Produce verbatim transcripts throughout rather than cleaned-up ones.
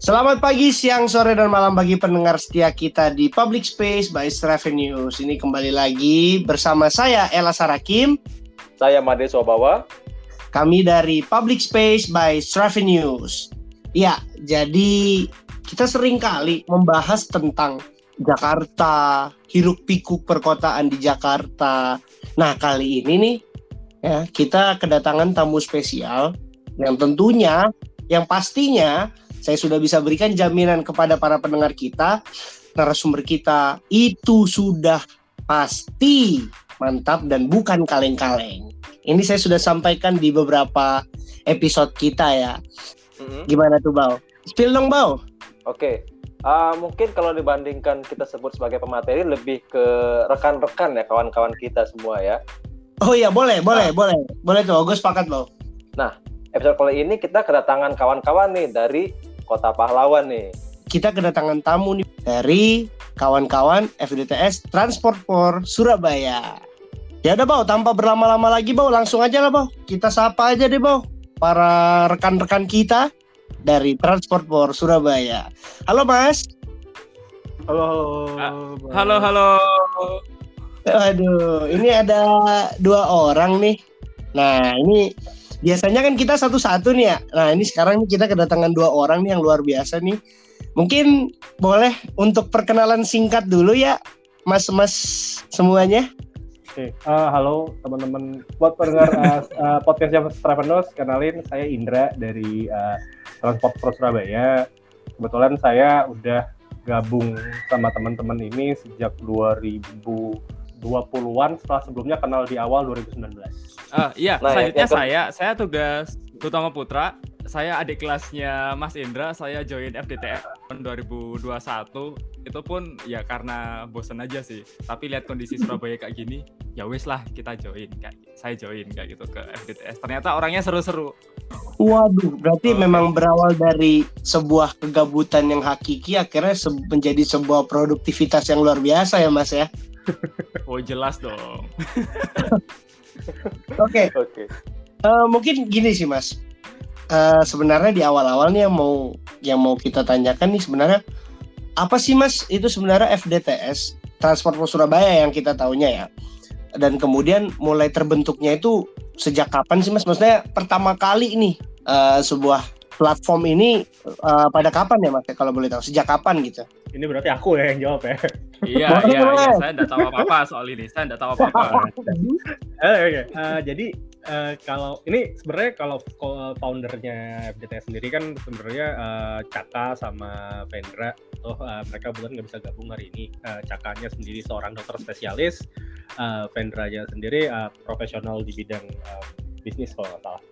Selamat pagi, siang, sore, dan malam bagi pendengar setia kita di Public Space by Straven News. Ini kembali lagi bersama saya Ella Sarakim. Saya Made Sobawa. Kami dari Public Space by Straven News. Ya, jadi kita sering kali membahas tentang Jakarta, hiruk pikuk perkotaan di Jakarta. Nah, kali ini nih ya, kita kedatangan tamu spesial yang tentunya, yang pastinya saya sudah bisa berikan jaminan kepada para pendengar kita, narasumber kita itu sudah pasti mantap dan bukan kaleng-kaleng. Ini saya sudah sampaikan di beberapa episode kita ya. Mm-hmm. Gimana tuh, Bau? Spill dong, Bau. Oke, uh, mungkin kalau dibandingkan kita sebut sebagai pemateri, lebih ke rekan-rekan ya, kawan-kawan kita semua ya. Oh iya, boleh, boleh, nah. boleh. Boleh tuh, gue sepakat, Bau. Nah, episode kali ini kita kedatangan kawan-kawan nih dari Kota Pahlawan nih. Kita kedatangan tamu nih dari kawan-kawan F D T S Transport for Surabaya. Ya udah, Bau, tanpa berlama-lama lagi, Bau, langsung aja lah, Bau. Kita sapa aja deh, Bau, para rekan-rekan kita dari Transport for Surabaya. Halo, Mas. Halo, halo. Halo, halo. Aduh, ini ada dua orang nih. Nah, ini biasanya kan kita satu-satu nih ya. Nah, ini sekarang kita kedatangan dua orang nih yang luar biasa nih. Mungkin boleh untuk perkenalan singkat dulu ya, Mas-mas semuanya. Oke, uh, halo teman-teman buat pendengar uh, uh, podcastnya Straven News. Kenalin, saya Indra dari uh, Transport for Surabaya. Kebetulan saya udah gabung sama teman-teman ini sejak dua ribu dua puluhan, setelah sebelumnya kenal di awal dua ribu sembilan belas. Uh, iya, nah, selanjutnya ya, saya, saya tugas Utama Putra. Saya adik kelasnya Mas Indra, saya join F D T S tahun dua ribu dua puluh satu. Itu pun ya karena bosan aja sih. Tapi lihat kondisi Surabaya kayak gini, ya wis lah kita join. Kayak saya join kayak gitu ke F D T S. Ternyata orangnya seru-seru. Waduh, berarti oh, memang berawal dari sebuah kegabutan yang hakiki, akhirnya se- menjadi sebuah produktivitas yang luar biasa ya, Mas ya. Oh, jelas dong. Oke. Oke. Uh, mungkin gini sih, Mas. Uh, sebenarnya di awal-awal nih yang mau yang mau kita tanyakan nih sebenarnya apa sih, Mas, itu sebenarnya F D T S Transport for Surabaya yang kita tahunya ya. Dan kemudian mulai terbentuknya itu sejak kapan sih, Mas? Maksudnya pertama kali nih uh, sebuah platform ini uh, pada kapan ya, Mas? Kalau boleh tahu, sejak kapan gitu? Ini berarti aku ya yang jawab ya. Iya, iya, iya. Saya nggak tahu apa-apa soal ini. Saya nggak tahu apa-apa. Oke, okay. uh, jadi uh, kalau ini sebenarnya kalau foundernya F D T S sendiri kan sebenarnya uh, Caka sama Vendra, tuh uh, mereka bukan nggak bisa gabung hari ini. Uh, Cakanya sendiri seorang dokter spesialis, uh, Vendranya sendiri uh, profesional di bidang uh, bisnis kalau nggak salah.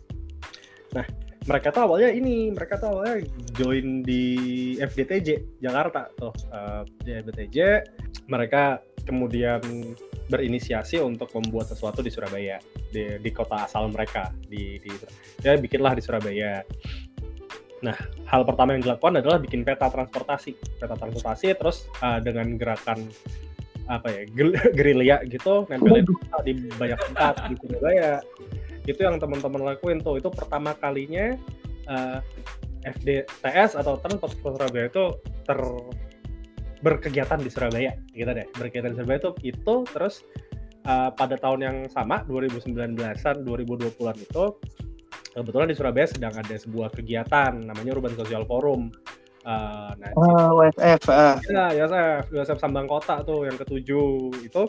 Nah, mereka tuh awalnya ini, mereka tuh awalnya join di F D T J Jakarta tuh, uh, di F D T J. Mereka kemudian berinisiasi untuk membuat sesuatu di Surabaya, di, di kota asal mereka, di, di ya bikinlah di Surabaya. Nah, hal pertama yang dilakukan adalah bikin peta transportasi, peta transportasi, terus uh, dengan gerakan apa ya, gerilya gitu, nempelin di banyak tempat di Surabaya. Itu yang teman-teman lakuin tuh. Itu pertama kalinya uh, F D T S atau Transport for Surabaya itu ter berkegiatan di Surabaya gitu deh. Berkegiatan di Surabaya itu itu terus uh, pada tahun yang sama dua ribu sembilan belasan dua ribu dua puluhan itu kebetulan di Surabaya sedang ada sebuah kegiatan namanya Urban Social Forum. Uh, nah, oh, U S F. Uh. Ya, U S F, U S F Sambang Kota tuh yang ketujuh itu.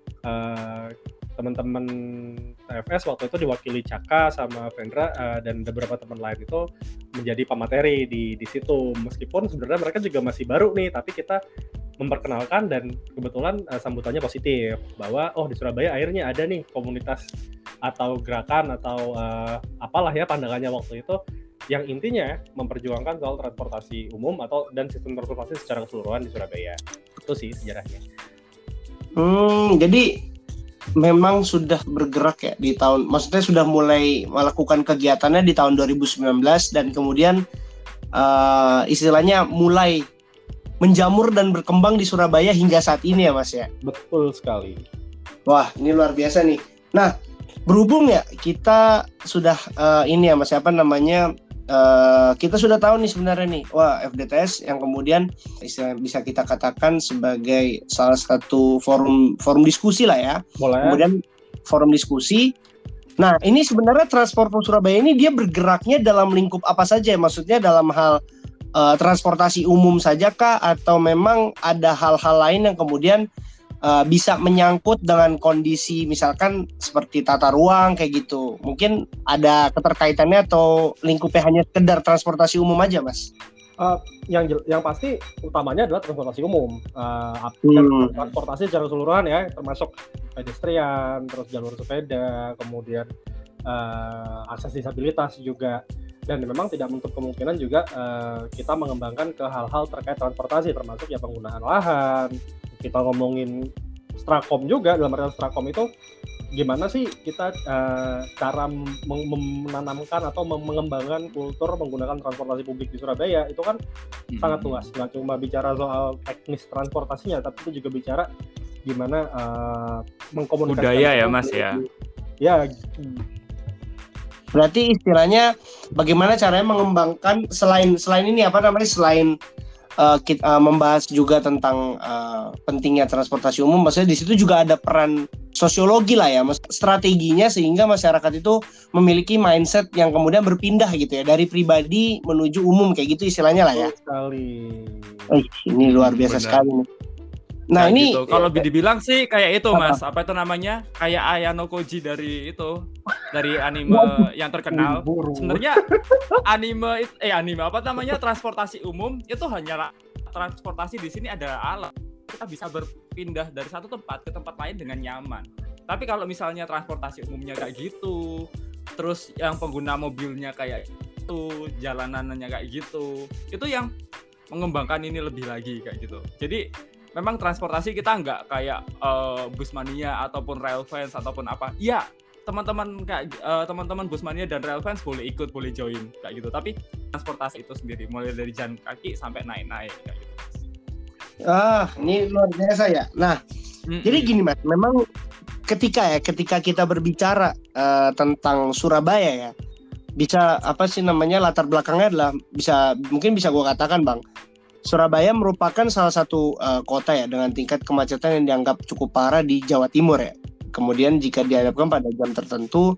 Uh, teman-teman T F S waktu itu diwakili Caka sama Vendra uh, dan beberapa teman lain itu menjadi pemateri di di situ. Meskipun sebenarnya mereka juga masih baru nih, tapi kita memperkenalkan dan kebetulan uh, sambutannya positif bahwa oh di Surabaya akhirnya ada nih komunitas atau gerakan atau uh, apalah ya pandangannya waktu itu yang intinya memperjuangkan soal transportasi umum atau dan sistem transportasi secara keseluruhan di Surabaya. Itu sih sejarahnya. Hmm, jadi memang sudah bergerak ya di tahun, maksudnya sudah mulai melakukan kegiatannya di tahun dua ribu sembilan belas dan kemudian uh, istilahnya mulai menjamur dan berkembang di Surabaya hingga saat ini ya, Mas ya. Betul sekali. Wah, ini luar biasa nih. Nah, berhubung ya kita sudah uh, ini ya Mas, apa namanya uh, kita sudah tahu nih sebenarnya nih, wah F D T S yang kemudian istilah bisa kita katakan sebagai salah satu forum forum diskusi lah ya. Boleh. Kemudian forum diskusi. Nah, ini sebenarnya Transportpo Surabaya ini dia bergeraknya dalam lingkup apa saja? Maksudnya dalam hal uh, transportasi umum saja kah? Atau memang ada hal-hal lain yang kemudian uh, bisa menyangkut dengan kondisi misalkan seperti tata ruang kayak gitu? Mungkin ada keterkaitannya atau lingkupnya hanya sekedar transportasi umum aja, Mas? Uh, yang yang pasti utamanya adalah transportasi umum, uh, hmm. transportasi secara keseluruhan ya, termasuk pedestrian, terus jalur sepeda, kemudian uh, akses disabilitas juga, dan memang tidak menutup kemungkinan juga uh, kita mengembangkan ke hal-hal terkait transportasi, termasuk ya penggunaan lahan. Kita ngomongin Strakom juga, dalam artian Strakom itu gimana sih kita uh, cara mem- menanamkan atau mengembangkan kultur menggunakan transportasi publik di Surabaya itu kan hmm. sangat luas, nggak cuma bicara soal teknis transportasinya, tapi itu juga bicara gimana uh, mengkomunikasikan budaya ya Mas ya. Ya. Berarti istilahnya bagaimana caranya mengembangkan selain selain ini apa namanya selain Uh, kita uh, membahas juga tentang uh, pentingnya transportasi umum, maksudnya di situ juga ada peran sosiologi lah ya, mas, strateginya sehingga masyarakat itu memiliki mindset yang kemudian berpindah gitu ya dari pribadi menuju umum kayak gitu istilahnya lah ya. Sekali. Eh, ini luar biasa Benar. sekali nih. Nah, nah ini gitu. Kalau ya, dibilang sih kayak itu Mas, apa itu namanya? Kayak Ayano Koji dari itu, dari anime yang terkenal. Sebenarnya anime eh anime apa namanya? Transportasi umum itu hanya transportasi di sini ada alat. Kita bisa berpindah dari satu tempat ke tempat lain dengan nyaman. Tapi kalau misalnya transportasi umumnya kayak gitu, terus yang pengguna mobilnya kayak itu, jalanannya kayak gitu, itu yang mengembangkan ini lebih lagi kayak gitu. Jadi memang transportasi kita nggak kayak uh, Busmania ataupun Railfans ataupun apa. Iya, teman-teman kayak uh, teman-teman Busmania dan Railfans boleh ikut, boleh join kayak gitu. Tapi transportasi itu sendiri mulai dari jalan kaki sampai naik-naik kayak gitu. Ah, ini luar biasa ya. Nah, mm-hmm. jadi gini Mas, memang ketika ya ketika kita berbicara uh, tentang Surabaya ya, bisa apa sih namanya latar belakangnya adalah bisa mungkin bisa gue katakan Bang. Surabaya merupakan salah satu uh, kota ya dengan tingkat kemacetan yang dianggap cukup parah di Jawa Timur ya. Kemudian jika dihadapkan pada jam tertentu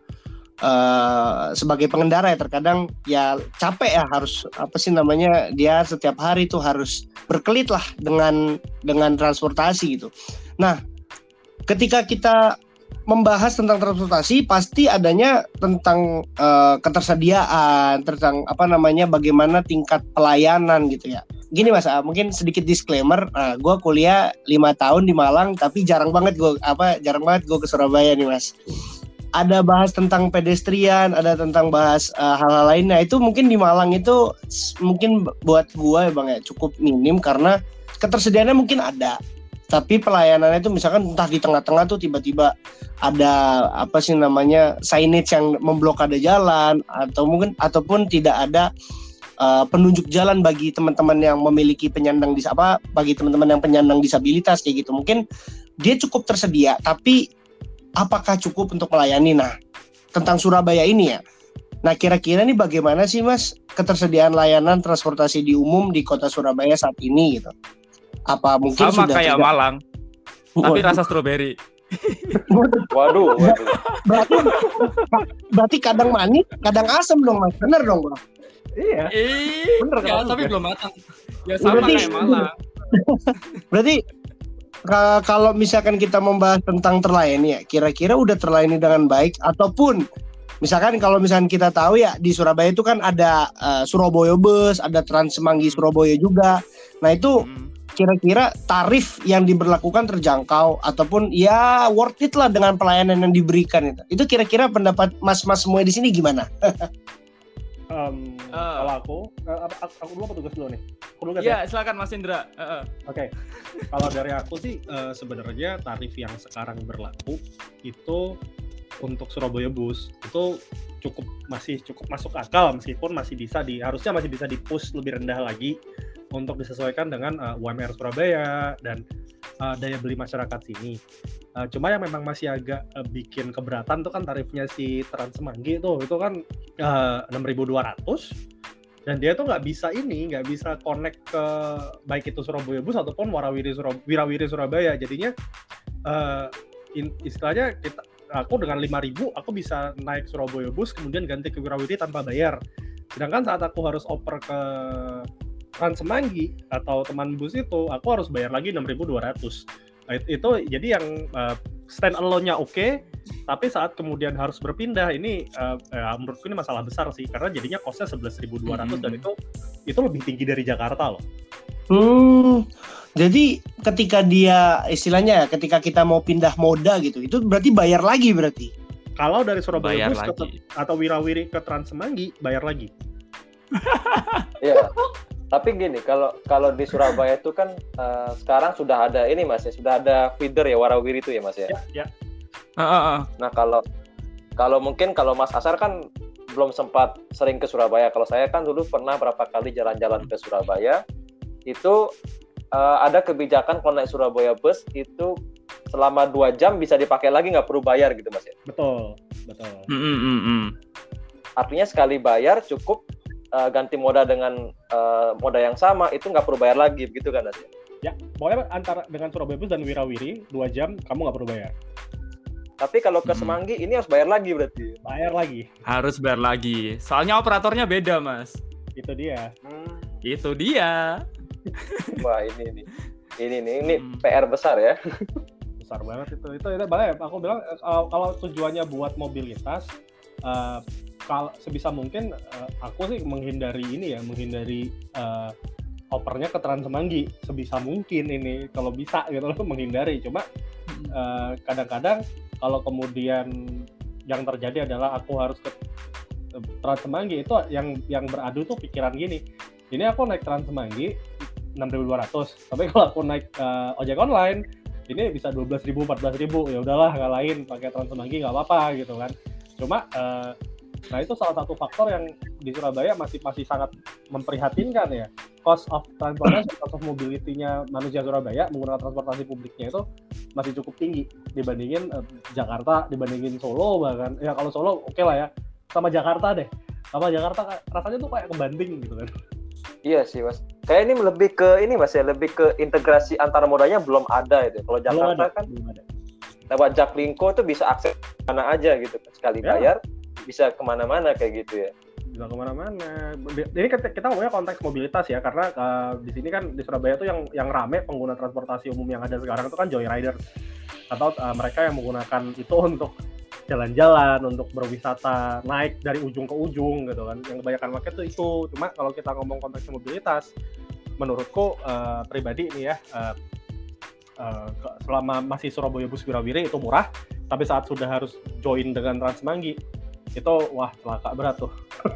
uh, sebagai pengendara ya terkadang ya capek ya harus apa sih namanya dia setiap hari itu harus berkelit lah dengan dengan transportasi gitu. Nah, ketika kita membahas tentang transportasi pasti adanya tentang uh, ketersediaan, tentang apa namanya bagaimana tingkat pelayanan gitu ya. Gini Mas, mungkin sedikit disclaimer, nah, gue kuliah lima tahun di Malang, tapi jarang banget gue apa jarang banget gue ke Surabaya nih Mas. Ada bahas tentang pedestrian, ada tentang bahas uh, hal-hal lainnya. Itu mungkin di Malang itu mungkin buat gue ya Bang ya cukup minim karena ketersediaannya mungkin ada, tapi pelayanannya itu misalkan entah di tengah-tengah tuh tiba-tiba ada apa sih namanya signage yang memblokade jalan atau mungkin ataupun tidak ada Uh, penunjuk jalan bagi teman-teman yang memiliki penyandang dis apa bagi teman-teman yang penyandang disabilitas kayak gitu. Mungkin dia cukup tersedia, tapi apakah cukup untuk melayani? Nah, tentang Surabaya ini ya. Nah, kira-kira nih bagaimana sih Mas ketersediaan layanan transportasi di umum di Kota Surabaya saat ini gitu? Apa mungkin sama sudah kayak tidak... Malang, tapi rasa stroberi. Waduh, waduh. Berarti berarti kadang manis, kadang asam dong Mas. Bener dong Bang? Iya. Iya, bener kan? Tapi belum matang. Ya sama berarti, kayak Malang. Berarti k- kalau misalkan kita membahas tentang terlayani ya, kira-kira udah terlayani dengan baik ataupun misalkan kalau misalkan kita tahu ya di Surabaya itu kan ada uh, Surabaya Bus, ada Trans Semanggi Surabaya juga. Nah itu hmm. kira-kira tarif yang diberlakukan terjangkau ataupun ya worth it lah dengan pelayanan yang diberikan itu. Itu kira-kira pendapat mas-mas semua di sini gimana? Um, uh. Kalau aku, uh, aku, aku dulu apa tugas dulu nih? Aku dulu Iya, ya? Silakan Mas Indra. Uh, uh. Oke, okay. Kalau dari aku sih uh, sebenarnya tarif yang sekarang berlaku itu untuk Surabaya Bus itu cukup masih cukup masuk akal meskipun masih bisa di harusnya masih bisa di-push lebih rendah lagi untuk disesuaikan dengan uh, U M R Surabaya dan uh, daya beli masyarakat sini. Uh, cuma yang memang masih agak uh, bikin keberatan tuh kan tarifnya si Trans Semanggi itu itu kan uh, enam ribu dua ratus dan dia tuh nggak bisa ini, nggak bisa connect ke baik itu Surabaya Bus ataupun Warawiri Surab- Wirawiri Surabaya. Jadinya uh, in, istilahnya kita, aku dengan lima ribu aku bisa naik Surabaya Bus kemudian ganti ke Wirawiri tanpa bayar. Sedangkan saat aku harus oper ke Trans Semanggi atau teman bus itu, aku harus bayar lagi enam ribu dua ratus. Nah, itu jadi yang uh, stand alone-nya oke, okay, tapi saat kemudian harus berpindah ini uh, uh, menurutku ini masalah besar sih, karena jadinya cost-nya sebelas ribu dua ratus hmm. dan itu itu lebih tinggi dari Jakarta loh. Hmm, jadi ketika dia istilahnya ketika kita mau pindah moda gitu, itu berarti bayar lagi berarti. Kalau dari Surabaya bayar Bus ke, atau Wirawiri ke Trans Semanggi bayar lagi. Iya. Tapi gini, kalau kalau di Surabaya itu kan uh, sekarang sudah ada ini Mas ya, sudah ada feeder ya Warawiri itu ya Mas ya. Ya, ya. Uh, uh, uh. Nah, kalau kalau mungkin kalau Mas Asar kan belum sempat sering ke Surabaya. Kalau saya kan dulu pernah berapa kali jalan-jalan ke Surabaya. Itu uh, ada kebijakan kalau naik Surabaya Bus itu selama dua jam bisa dipakai lagi, nggak perlu bayar gitu Mas ya. Betul, betul. Mm-mm. Artinya sekali bayar cukup uh, ganti moda dengan uh, moda yang sama, itu nggak perlu bayar lagi, begitu kan Mas? Ya, pokoknya antara dengan Surabaya Bus dan Wirawiri dua jam kamu nggak perlu bayar. Tapi kalau ke Hmm. Semanggi ini harus bayar lagi berarti. Bayar lagi. Harus bayar lagi. Soalnya operatornya beda, Mas. Itu dia. Hmm. Itu dia. Wah ini nih, ini nih, ini Hmm. P R besar ya. Besar banget itu. Itu itu banget. Aku bilang kalau, kalau tujuannya buat mobilitas, uh, kalau sebisa mungkin uh, aku sih menghindari ini ya, menghindari uh, opernya ke Trans Semanggi sebisa mungkin ini kalau bisa gitu loh, menghindari. Cuma uh, kadang-kadang kalau kemudian yang terjadi adalah aku harus ke Trans Semanggi, itu yang yang beradu tuh pikiran gini. Ini aku naik Trans Semanggi enam ribu dua ratus, tapi kalau aku naik uh, ojek online ini bisa dua belas ribu, empat belas ribu, ya udahlah ngalahin pakai Trans Semanggi nggak apa-apa gitu kan. Cuma uh, nah itu salah satu faktor yang di Surabaya masih masih sangat memprihatinkan ya. Cost of transportation, cost of mobility-nya manusia Surabaya menggunakan transportasi publiknya itu masih cukup tinggi dibandingin uh, Jakarta, dibandingin Solo bahkan. Ya kalau Solo oke okay lah ya, sama Jakarta deh. Sama Jakarta rasanya tuh kayak kebanting gitu kan. Iya sih Mas. Kayak ini lebih ke ini Mas ya, lebih ke integrasi antar modanya belum ada itu. Kalau Jakarta Belum ada, kan belum ada. lewat Jaklingko tuh bisa akses mana aja gitu. Sekali Ya. bayar bisa kemana-mana kayak gitu ya. Bisa kemana-mana. Ini kita ngomongnya konteks mobilitas ya, karena uh, di sini kan di Surabaya tuh yang yang rame pengguna transportasi umum yang ada sekarang itu kan joyrider atau uh, mereka yang menggunakan itu untuk jalan-jalan, untuk berwisata, naik dari ujung ke ujung gitu kan. Yang kebanyakan pakai tuh itu. Cuma kalau kita ngomong konteks mobilitas, menurutku uh, pribadi ini ya, uh, uh, selama masih Surabaya Bus Wirawiri itu murah, tapi saat sudah harus join dengan Trans Semanggi itu wah celaka berat tuh.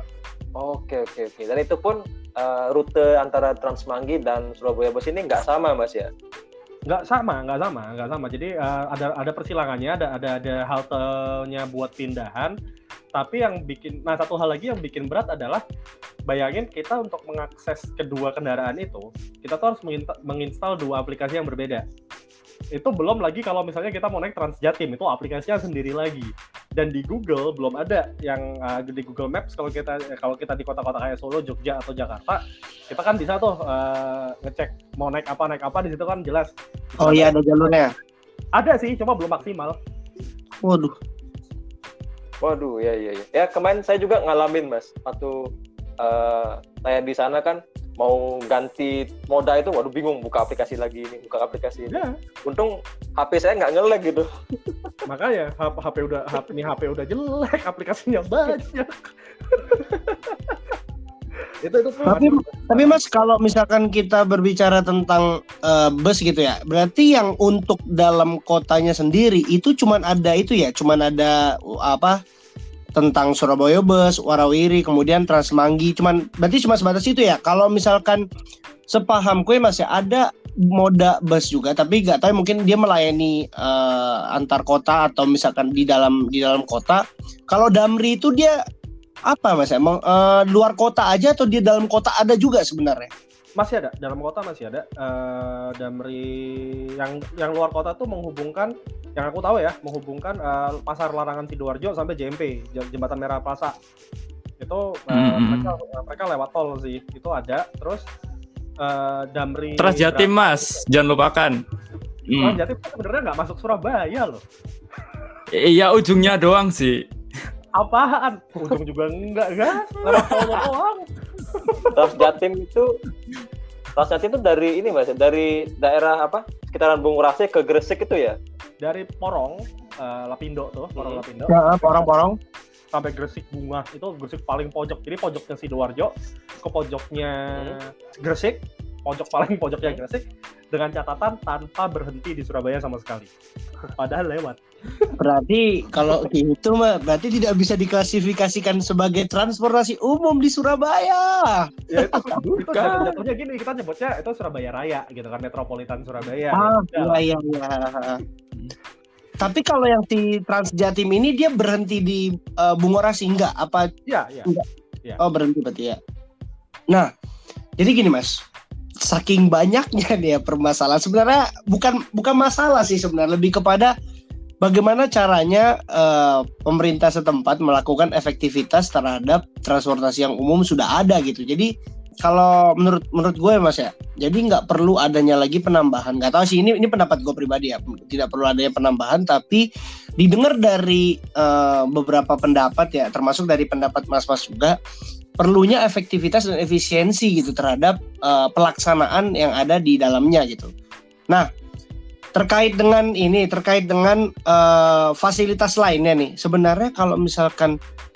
Oke oke oke. Dan itu pun uh, rute antara Trans Semanggi dan Surabaya Bus ini nggak sama Mas ya? Nggak sama, nggak sama, nggak sama. Jadi uh, ada ada persilangannya, ada ada ada haltenya buat pindahan. Tapi yang bikin, nah satu hal lagi yang bikin berat adalah bayangin kita untuk mengakses kedua kendaraan itu, kita tuh harus menginsta- menginstal dua aplikasi yang berbeda. Itu belum lagi kalau misalnya kita mau naik Transjatim, itu aplikasinya sendiri lagi. Dan di Google belum ada yang uh, di Google Maps kalau kita kalau kita di kota-kota kayak Solo, Jogja atau Jakarta, kita kan bisa tuh uh, ngecek mau naik apa naik apa di situ kan jelas. Oh iya ada jalurnya. Ada sih, cuma belum maksimal. Waduh. Waduh ya ya ya. Ya kemarin saya juga ngalamin Mas. Waktu uh, saya di sana kan mau ganti moda itu, waduh bingung buka aplikasi lagi ini, buka aplikasi ini. Ya. Untung H P saya nggak nge-lag gitu. Makanya H P udah H P ini H P udah jelek, aplikasinya banyak. itu itu Tapi tapi Mas kalau misalkan kita berbicara tentang uh, bus gitu ya, berarti yang untuk dalam kotanya sendiri itu cuman ada itu ya, cuman ada uh, apa tentang Surabaya Bus, Warawiri, kemudian Trans Semanggi, cuman berarti cuma sebatas itu ya. Kalau misalkan sepahamku ya masih ada moda bus juga, tapi nggak tahu mungkin dia melayani uh, antar kota atau misalkan di dalam di dalam kota. Kalau Damri itu dia apa Mas? Emang uh, luar kota aja atau dia dalam kota ada juga sebenarnya? masih ada, dalam kota masih ada. Uh, Damri yang yang luar kota tuh menghubungkan, yang aku tahu ya, menghubungkan uh, Pasar Larangan Sidoarjo sampai J M P, Jembatan Merah Plaza. Itu uh, Mm-hmm. mereka mereka lewat tol sih. Itu ada. Terus uh, Damri Transjatim Mas, jangan lupakan. Hmm. Transjatim sebenarnya nggak masuk Surabaya loh. Iya, ujungnya doang sih. Apaan? Ujung juga enggak kan? Lewat tol doang. Transjatim itu Transjatim itu dari ini Mas, dari daerah apa? Sekitaran Bungurasi ke Gresik itu ya? Dari Porong, uh, Lapindo tuh, Porong Hmm. Lapindo. Ya, porong-porong. Sampai Gresik Bunga, itu Gresik paling pojok. Jadi pojoknya Sidoarjo ke pojoknya Gresik, pojok paling pojoknya Gresik, dengan catatan tanpa berhenti di Surabaya sama sekali. Padahal lewat. Berarti kalau gitu mah berarti tidak bisa diklasifikasikan sebagai transportasi umum di Surabaya. Ya itu, itu jatuh-jatuhnya gini, kita nyebutnya itu Surabaya Raya gitu kan, Metropolitan Surabaya. Ah, Ya, iya iya iya. Tapi kalau yang di Transjatim ini dia berhenti di uh, Bungorasi enggak? Apa iya, iya. Ya. Oh, berhenti berarti ya. Nah, jadi gini Mas. Saking banyaknya nih ya permasalahan. Sebenarnya bukan bukan masalah sih sebenarnya, lebih kepada bagaimana caranya uh, pemerintah setempat melakukan efektivitas terhadap transportasi yang umum sudah ada gitu. Jadi kalau menurut menurut gue Mas ya, jadi nggak perlu adanya lagi penambahan. Nggak tahu sih, ini ini pendapat gue pribadi ya. Tidak perlu adanya penambahan, tapi didengar dari uh, beberapa pendapat ya, termasuk dari pendapat Mas-Mas juga, perlunya efektivitas dan efisiensi gitu terhadap uh, pelaksanaan yang ada di dalamnya gitu. Nah, terkait dengan ini, terkait dengan uh, fasilitas lainnya nih, sebenarnya kalau misalkan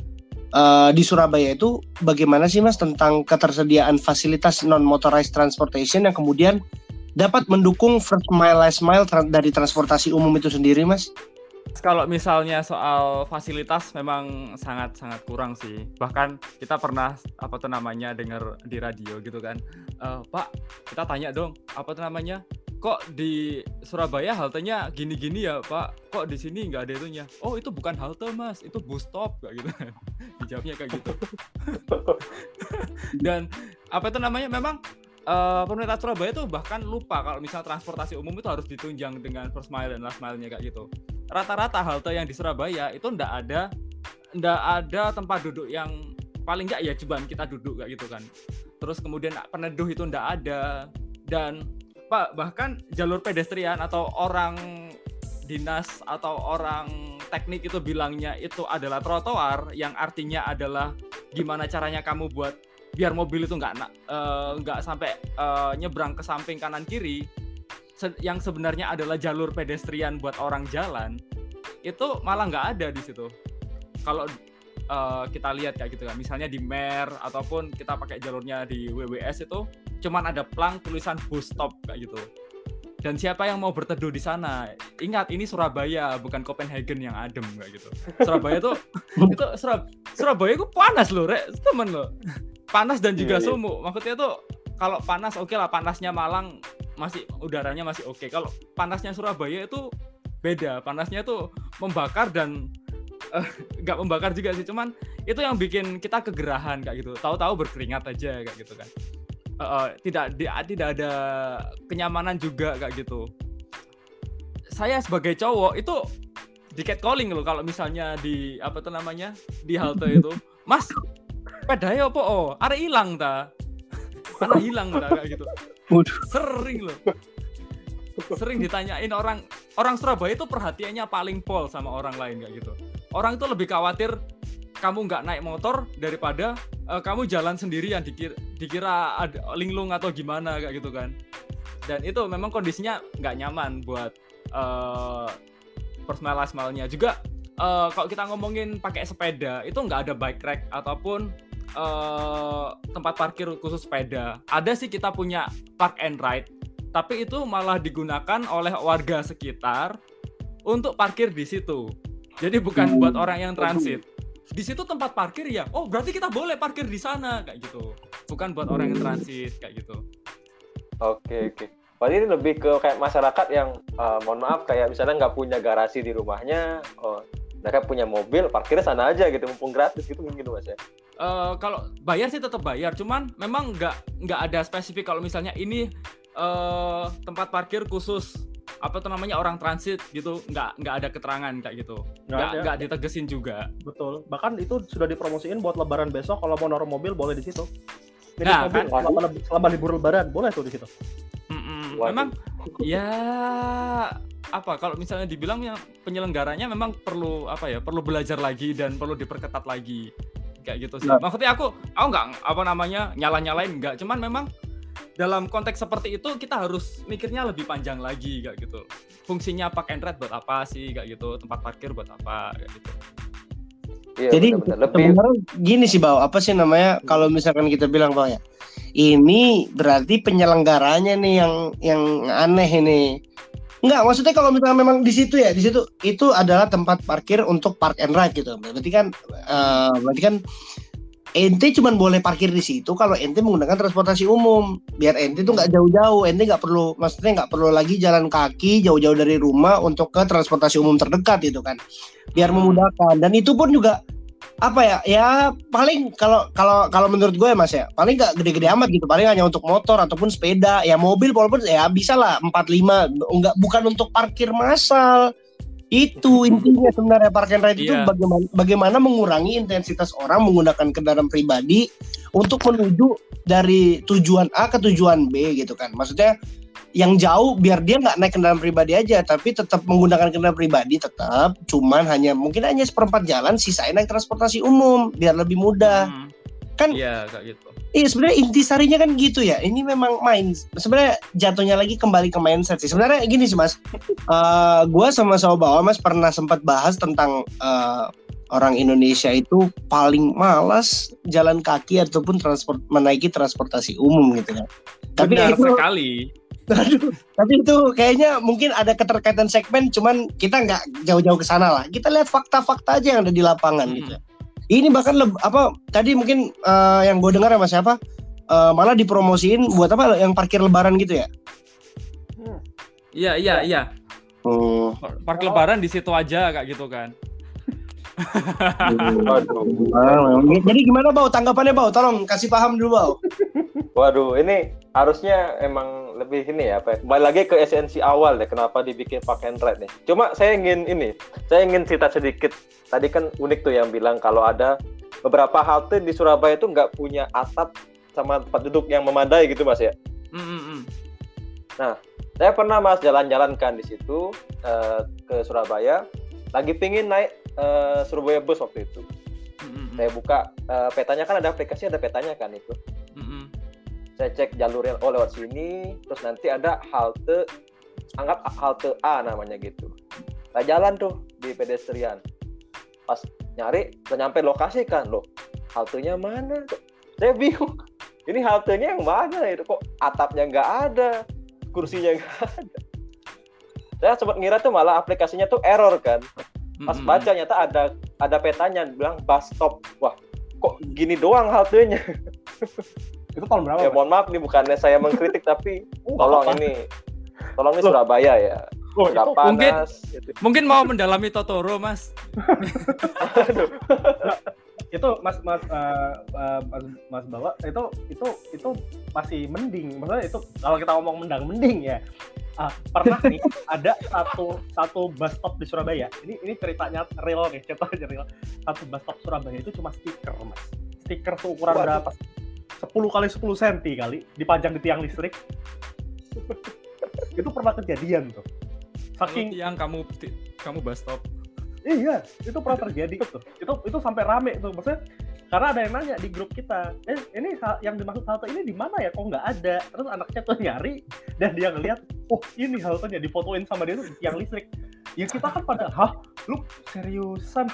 uh, di Surabaya itu bagaimana sih Mas tentang ketersediaan fasilitas non-motorized transportation yang kemudian dapat mendukung first mile, last mile tra- dari transportasi umum itu sendiri Mas? Kalau misalnya soal fasilitas memang sangat-sangat kurang sih. Bahkan kita pernah apa tuh namanya dengar di radio gitu kan. E, Pak, kita tanya dong, apa tuh namanya? Kok di Surabaya haltenya gini-gini ya, Pak? Kok di sini nggak ada itunya? Oh, itu bukan halte, Mas. Itu bus stop kayak gitu. Dijawabnya kayak gitu. Dan apa itu namanya? Memang Uh, pemerintah Surabaya tuh bahkan lupa kalau misal transportasi umum itu harus ditunjang dengan first mile dan last mile-nya kayak gitu. Rata-rata halte yang di Surabaya itu ndak ada ndak ada tempat duduk yang paling nggak ya cuman kita duduk kayak gitu kan. Terus kemudian peneduh itu ndak ada, dan Pak bahkan jalur pedestrian atau orang dinas atau orang teknik itu bilangnya itu adalah trotoar, yang artinya adalah gimana caranya kamu buat biar mobil itu nggak uh, nggak sampai uh, nyebrang ke samping kanan kiri, se- yang sebenarnya adalah jalur pedestrian buat orang jalan, itu malah nggak ada di situ. Kalau uh, kita lihat kayak gitu kan, misalnya di M E R ataupun kita pakai jalurnya di W W S itu cuman ada plang tulisan bus stop kayak gitu. Dan siapa yang mau berteduh di sana? Ingat, ini Surabaya, bukan Copenhagen yang adem kayak gitu. Surabaya tuh itu Surab- Surabaya itu panas loh, rek, temen loh. Panas dan juga yeah, sumuk. Maksudnya tuh kalau panas oke okay lah, panasnya Malang masih udaranya masih oke. Okay. Kalau panasnya Surabaya itu beda. Panasnya tuh membakar dan nggak uh, membakar juga sih. Cuman itu yang bikin kita kegerahan kayak gitu. Tahu-tahu berkeringat aja kayak gitu kan. Uh, uh, tidak di, tidak ada kenyamanan juga kayak gitu. Saya sebagai cowok itu di catcalling loh kalau misalnya di apa tuh namanya di halte itu, Mas. Pedaya apa oh, arek hilang ta. Mana hilang ta kayak gitu. Sering loh. Sering ditanyain orang orang Surabaya itu perhatiannya paling pol sama orang lain kayak gitu. Orang itu lebih khawatir kamu nggak naik motor daripada uh, kamu jalan sendirian dikira, dikira ada linglung atau gimana kayak gitu kan. Dan itu memang kondisinya nggak nyaman buat uh, first mile last mile-nya. Juga uh, kalau kita ngomongin pakai sepeda itu nggak ada bike rack ataupun Uh, tempat parkir khusus sepeda. Ada sih kita punya park and ride, tapi itu malah digunakan oleh warga sekitar untuk parkir di situ. Jadi bukan buat orang yang transit. Di situ tempat parkir ya. Oh, berarti kita boleh parkir di sana kayak gitu. Bukan buat orang yang transit kayak gitu. Oke, oke. Berarti ini lebih ke kayak masyarakat yang uh, mohon maaf kayak misalnya nggak punya garasi di rumahnya, oh, mereka punya mobil, parkirnya sana aja gitu, mumpung gratis gitu mungkin Mas ya. Uh, kalau bayar sih tetap bayar, cuman memang nggak nggak ada spesifik kalau misalnya ini uh, tempat parkir khusus apa tuh namanya orang transit gitu nggak nggak ada keterangan kayak gitu, Nggak nggak ada. nggak ditegesin juga. Betul. Bahkan itu sudah dipromosiin buat lebaran besok kalau mau naruh mobil boleh di situ. Ini Nah, mobil kan? selama, selama libur lebaran boleh tuh di situ. Mm-mm. Waduh. Memang ya apa kalau misalnya dibilang yang penyelenggaranya memang perlu apa ya perlu belajar lagi dan perlu diperketat lagi kayak gitu sih. Nah. Maksudnya aku aku nggak apa namanya nyalah-nyalain nggak, cuman memang dalam konteks seperti itu kita harus mikirnya lebih panjang lagi kayak gitu. Fungsinya park and ride buat apa sih kayak gitu, tempat parkir buat apa kayak gitu. Iya, Jadi benar-benar. Lebih sebenarnya gini sih Bau, apa sih namanya kalau misalkan kita bilang Bau ya, ini berarti penyelenggaranya nih yang yang aneh ini. Enggak, maksudnya kalau misalnya memang di situ ya, di situ itu adalah tempat parkir untuk park and ride gitu. Berarti kan eh, berarti kan ente cuma boleh parkir di situ kalau ente menggunakan transportasi umum. Biar ente tuh nggak jauh-jauh, ente nggak perlu, maksudnya nggak perlu lagi jalan kaki jauh-jauh dari rumah untuk ke transportasi umum terdekat itu kan. Biar memudahkan. Dan itu pun juga apa ya? Ya paling kalau kalau kalau menurut gue ya Mas ya, paling nggak gede-gede amat gitu. Paling hanya untuk motor ataupun sepeda. Ya mobil walaupun ya bisa lah empat lima, enggak bukan untuk parkir massal. Itu intinya sebenarnya park and ride itu Iya. bagaimana bagaimana mengurangi intensitas orang menggunakan kendaraan pribadi untuk menuju dari tujuan A ke tujuan B gitu kan. Maksudnya yang jauh biar dia nggak naik kendaraan pribadi aja tapi tetap menggunakan kendaraan pribadi tetap, cuman hanya mungkin hanya seperempat jalan, sisanya naik transportasi umum biar lebih mudah. Hmm. Kan Iya kayak gitu. iya sebenarnya intisarinya kan gitu ya. Ini memang main. Sebenarnya jatuhnya lagi kembali ke mindset sih. Sebenarnya gini sih Mas. Uh, gue sama sama Bawa Mas pernah sempat bahas tentang uh, orang Indonesia itu paling malas jalan kaki ataupun transport menaiki transportasi umum gitu ya. Tapi Benar itu, sekali. aduh, tapi itu kayaknya mungkin ada keterkaitan segmen. Cuman kita nggak jauh-jauh ke sana lah. Kita lihat fakta-fakta aja yang ada di lapangan Hmm. gitu. Ini bahkan leb- apa tadi mungkin uh, yang gue dengar sama siapa uh, malah dipromosiin buat apa yang parkir lebaran gitu ya. Iya iya iya. Oh. Park lebaran di situ aja kayak gitu kan. waduh. Jadi gimana Bau tanggapannya Bau? Tolong kasih paham dulu Bau. Waduh, ini harusnya emang lebih ini ya, apa ya, kembali lagi ke esensi awal ya, kenapa dibikin park and ride nih. Cuma saya ingin ini, saya ingin cerita sedikit. Tadi kan unik tuh yang bilang kalau ada beberapa halte di Surabaya itu nggak punya atap sama tempat duduk yang memadai gitu Mas ya. Mm-mm. Saya pernah Mas jalan-jalan kan di situ eh, ke Surabaya, lagi pingin naik eh, Surabaya Bus waktu itu. Mm-mm. Saya buka eh, petanya, kan ada aplikasi, ada petanya kan itu. Mm-mm. Saya cek jalurnya, oh lewat sini, terus nanti ada halte, anggap halte A namanya gitu. Saya jalan tuh di pedestrian, pas nyari, udah nyampe lokasi kan, loh haltenya mana? Saya bingung, ini haltenya yang mana itu, kok atapnya nggak ada, kursinya nggak ada. Saya sempat ngira tuh malah aplikasinya tuh error kan, pas Mm-mm. baca nyata ada ada petanya bilang bus stop. Wah, kok gini doang haltenya? Itu tahun berapa? Ya Mas? mohon maaf nih, bukannya saya mengkritik tapi Oh, tolong apa-apa. ini tolong ini Loh. Surabaya ya. Oh, Udah itu mungkin- panas gitu. Mungkin mau mendalami Totoro, Mas. itu Mas Mas uh, uh, Mas, Mas Bawa itu itu itu masih mending. Maksudnya itu kalau kita ngomong mendang mending ya. Ah, pernah nih ada satu satu bus stop di Surabaya. Ini ini ceritanya real nih, ceritanya real. Satu bus stop Surabaya itu cuma stiker, Mas. Stiker seukuran Waduh. berapa? sepuluh kali sepuluh sentimeter kali dipajang di tiang listrik. Itu pernah kejadian tuh. Saking yang kamu kamu bus stop. Iya, itu pernah terjadi tuh. Itu itu sampai rame tuh, maksudnya karena ada yang nanya di grup kita, eh ini hal- yang dimaksud halte ini di mana ya? Kok nggak ada? Terus anaknya tuh nyari dan dia ngeliat, oh ini haltenya, difotoin sama dia tuh di tiang listrik. Ya kita kan pada, hah, lu seriusan?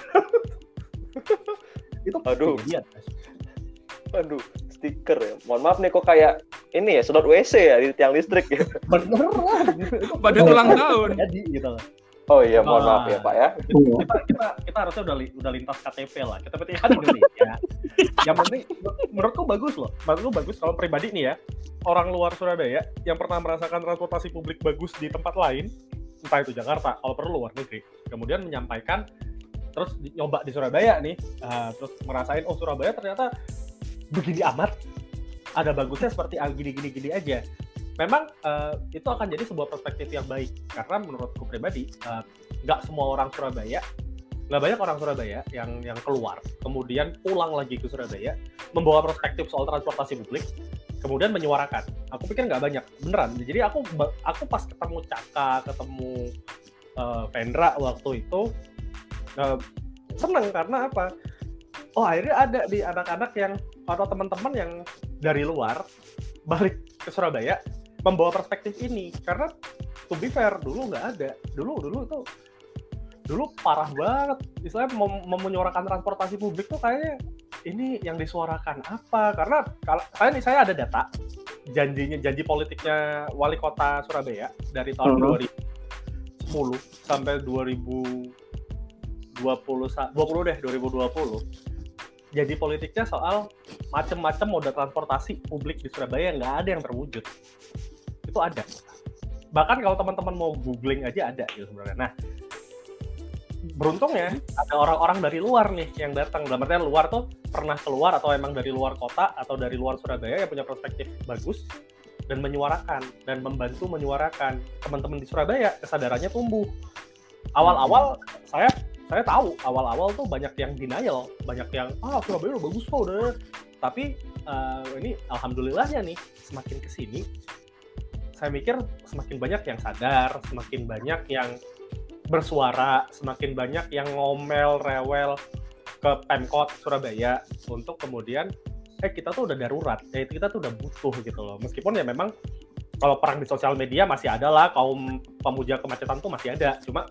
Itu Aduh. kejadian, Mas. Aduh, stiker ya. Mohon maaf nih, kok kayak ini ya, sedot W C ya di tiang listrik ya. Beneran. Itu Pada ulang tahun. Jadi gitu loh. Oh iya, mohon Ah. maaf ya Pak ya. kita kita kita harusnya udah li- udah lintas K T P lah. Kita penting kan Indonesia. Yang penting menurutku bagus loh. Menurutku bagus kalau pribadi nih ya. Orang luar Surabaya yang pernah merasakan transportasi publik bagus di tempat lain, entah itu Jakarta, kalau perlu luar negeri. Kemudian menyampaikan terus di- nyoba di Surabaya nih, uh, terus merasain oh Surabaya ternyata begini amat. Ada bagusnya seperti ah, gini gini gini aja. memang uh, itu akan jadi sebuah perspektif yang baik karena menurutku pribadi nggak uh, semua orang Surabaya, nggak banyak orang Surabaya yang yang keluar kemudian pulang lagi ke Surabaya membawa perspektif soal transportasi publik kemudian menyuarakan. Aku pikir nggak banyak beneran. Jadi aku aku pas ketemu Caka, ketemu uh, Vendra waktu itu uh, seneng karena apa? Oh akhirnya ada di anak-anak yang atau teman-teman yang dari luar balik ke Surabaya membawa perspektif ini karena to be fair dulu nggak ada dulu dulu itu dulu parah banget istilahnya mem- menyuarakan transportasi publik tuh kayaknya ini yang disuarakan apa karena kalau saya nih saya ada data janjinya janji politiknya wali kota Surabaya dari tahun uh-huh. dua ribu sepuluh sampai dua ribu dua puluh dua puluh deh dua ribu dua puluh jadi politiknya soal macam-macam moda transportasi publik di Surabaya nggak ada yang terwujud. Itu ada. Bahkan kalau teman-teman mau googling aja ada gitu sebenarnya. Nah, beruntungnya ada orang-orang dari luar nih yang datang. Dalam artian luar tuh pernah keluar atau emang dari luar kota atau dari luar Surabaya yang punya perspektif bagus dan menyuarakan dan membantu menyuarakan. Teman-teman di Surabaya kesadarannya tumbuh. Awal-awal saya Saya tahu awal-awal tuh banyak yang denial, banyak yang ah Surabaya udah bagus kok udah. Tapi uh, ini alhamdulillahnya nih semakin kesini, saya mikir semakin banyak yang sadar, semakin banyak yang bersuara, semakin banyak yang ngomel rewel ke Pemkot Surabaya untuk kemudian eh kita tuh udah darurat, eh kita tuh udah butuh gitu loh. Meskipun ya memang kalau perang di sosial media masih ada lah, kaum pemuja kemacetan tuh masih ada, cuma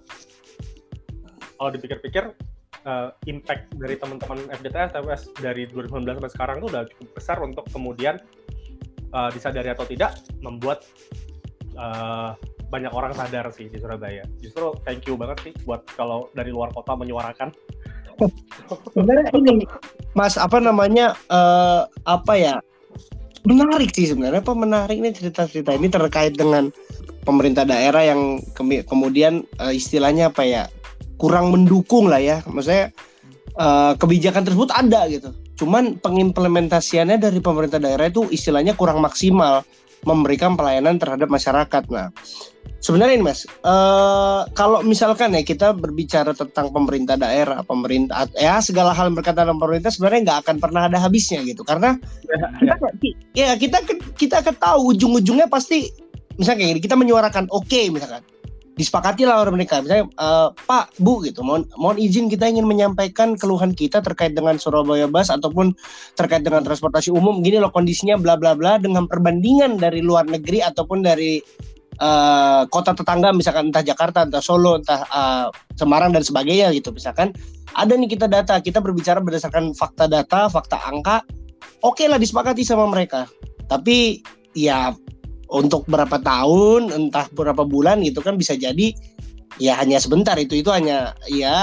kalau dipikir-pikir uh, impact dari teman-teman F D T S, T W S dari dua ribu sembilan belas sampai sekarang tuh udah cukup besar untuk kemudian uh, disadari atau tidak membuat uh, banyak orang sadar sih di Surabaya. Justru thank you banget sih buat kalau dari luar kota menyuarakan. Sebenarnya ini Mas apa namanya uh, apa ya menarik sih sebenarnya apa menarik nih cerita-cerita ini terkait dengan pemerintah daerah yang ke- kemudian uh, istilahnya apa ya kurang mendukung lah ya, maksudnya uh, kebijakan tersebut ada gitu, cuman pengimplementasiannya dari pemerintah daerah itu istilahnya kurang maksimal memberikan pelayanan terhadap masyarakat. Nah, sebenarnya ini Mas, uh, kalau misalkan ya kita berbicara tentang pemerintah daerah, pemerintah ya segala hal yang berkaitan dengan pemerintah sebenarnya nggak akan pernah ada habisnya gitu, karena kita, ya kita kita akan tahu ujung-ujungnya pasti misalnya kayak gini, kita menyuarakan oke okay, misalkan disepakati lah oleh mereka, misalnya uh, Pak, Bu gitu, mohon, mohon izin kita ingin menyampaikan keluhan kita terkait dengan Surabaya Bus ataupun terkait dengan transportasi umum, gini loh kondisinya bla bla bla dengan perbandingan dari luar negeri ataupun dari uh, kota tetangga misalkan entah Jakarta, entah Solo, entah uh, Semarang dan sebagainya gitu, misalkan ada nih kita data, kita berbicara berdasarkan fakta data, fakta angka, oke okay lah disepakati sama mereka, tapi ya untuk berapa tahun, entah berapa bulan gitu kan bisa jadi ya hanya sebentar itu itu hanya ya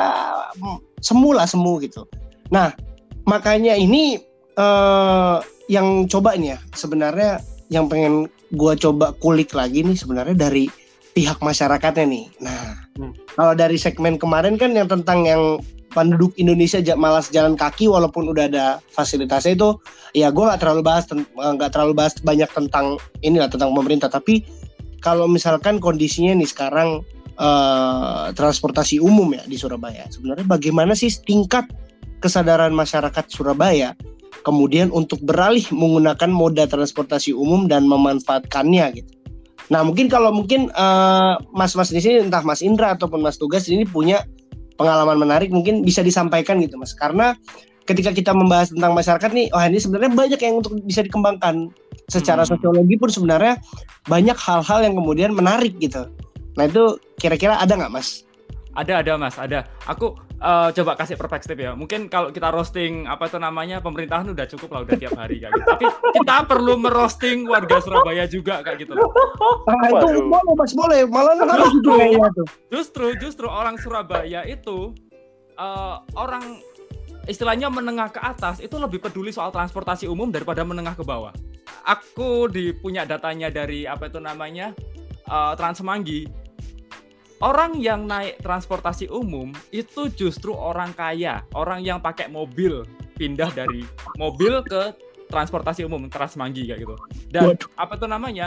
semu lah semu gitu. Nah makanya ini eh, yang coba nih ya sebenarnya yang pengen gue coba kulik lagi nih sebenarnya dari pihak masyarakatnya nih. Nah hmm. kalau dari segmen kemarin kan yang tentang yang penduduk Indonesia malas jalan kaki walaupun udah ada fasilitasnya itu ya gue nggak terlalu bahas nggak terlalu bahas banyak tentang inilah tentang pemerintah, tapi kalau misalkan kondisinya nih sekarang uh, transportasi umum ya di Surabaya sebenarnya bagaimana sih tingkat kesadaran masyarakat Surabaya kemudian untuk beralih menggunakan moda transportasi umum dan memanfaatkannya gitu. Nah mungkin kalau mungkin uh, mas-mas di sini entah Mas Indra ataupun Mas Tugas ini punya pengalaman menarik mungkin bisa disampaikan gitu Mas, karena ketika kita membahas tentang masyarakat nih, wah ini sebenarnya banyak yang untuk bisa dikembangkan secara hmm. sosiologi pun sebenarnya banyak hal-hal yang kemudian menarik gitu. Nah itu kira-kira ada nggak Mas? Ada ada Mas, ada. Aku uh, coba kasih perspektif ya. Mungkin kalau kita roasting apa itu namanya pemerintahan udah cukup lah, udah tiap hari kayak gitu. Tapi kita perlu merosting warga Surabaya juga kayak gitu loh. Ah, itu boleh Mas, boleh. Malah harus justru, itu. Justru justru orang Surabaya itu uh, orang istilahnya menengah ke atas itu lebih peduli soal transportasi umum daripada menengah ke bawah. Aku di punya datanya dari apa itu namanya uh, Transsemanggi. Orang yang naik transportasi umum itu justru orang kaya, orang yang pakai mobil, pindah dari mobil ke transportasi umum Transsemanggi kayak gitu. Dan Waduh. apa itu namanya?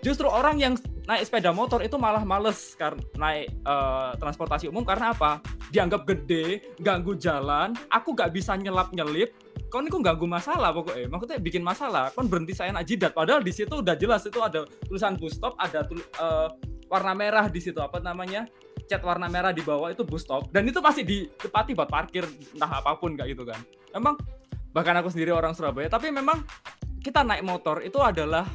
Justru orang yang naik sepeda motor itu malah males karena naik uh, transportasi umum karena apa? Dianggap gede, ganggu jalan, aku gak bisa nyelap-nyelip, kon itu ganggu masalah pokoknya. Maksudnya bikin masalah, kon berhenti saya nak jidat. Padahal di situ udah jelas itu ada tulisan bus stop, ada tul- uh, warna merah di situ, apa namanya? Cat warna merah di bawah itu bus stop, dan itu masih ditepati buat parkir entah apapun kayak gitu kan. Memang bahkan aku sendiri orang Surabaya, tapi memang kita naik motor itu adalah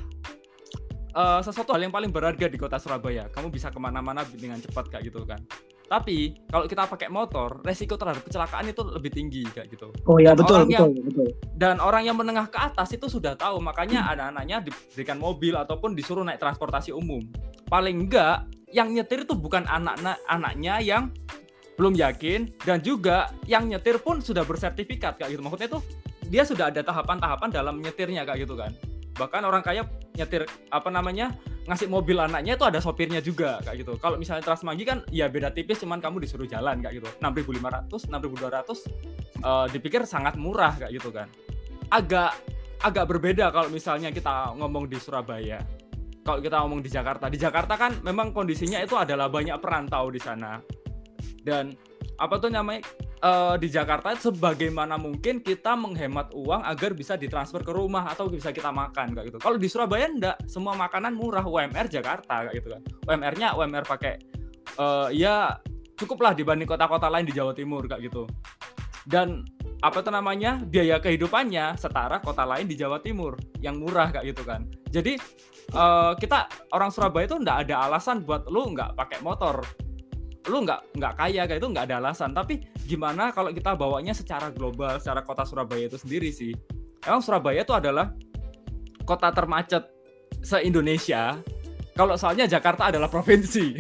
uh, sesuatu hal yang paling berharga di kota Surabaya. Kamu bisa kemana-mana dengan cepat kayak gitu kan. Tapi kalau kita pakai motor, resiko terhadap kecelakaan itu lebih tinggi kayak gitu. Oh ya, Dan betul, orang betul, yang, betul. Dan orang yang menengah ke atas itu sudah tahu, makanya anak-anaknya diberikan mobil ataupun disuruh naik transportasi umum. Paling enggak, yang nyetir itu bukan anak-anaknya yang belum yakin, dan juga yang nyetir pun sudah bersertifikat kayak gitu. Maksudnya itu dia sudah ada tahapan-tahapan dalam nyetirnya kayak gitu kan. Bahkan orang kaya nyetir apa namanya ngasih mobil anaknya itu ada sopirnya juga kayak gitu. Kalau misalnya Transmanggi kan ya beda tipis, cuman kamu disuruh jalan kayak gitu. enam ribu lima ratus, enam ribu dua ratus uh, dipikir sangat murah kayak gitu kan. Agak agak berbeda kalau misalnya kita ngomong di Surabaya. Kalau kita ngomong di Jakarta, di Jakarta kan memang kondisinya itu adalah banyak perantau di sana. Dan apa tuh namanya? Uh, di Jakarta sebagaimana mungkin kita menghemat uang agar bisa ditransfer ke rumah atau bisa kita makan kayak gitu. Kalau di Surabaya enggak, semua makanan murah. U M R Jakarta kayak gitu kan. U M R-nya U M R pakai uh, ya cukuplah dibanding kota-kota lain di Jawa Timur kayak gitu. Dan apa tuh namanya? Biaya kehidupannya setara kota lain di Jawa Timur yang murah kayak gitu kan. Jadi uh, kita orang Surabaya itu enggak ada alasan buat lu enggak pakai motor. Lu nggak nggak kaya kayak itu nggak ada alasan. Tapi gimana kalau kita bawanya secara global, secara kota Surabaya itu sendiri sih? Emang Surabaya itu adalah kota termacet se-Indonesia. Kalau soalnya Jakarta adalah provinsi.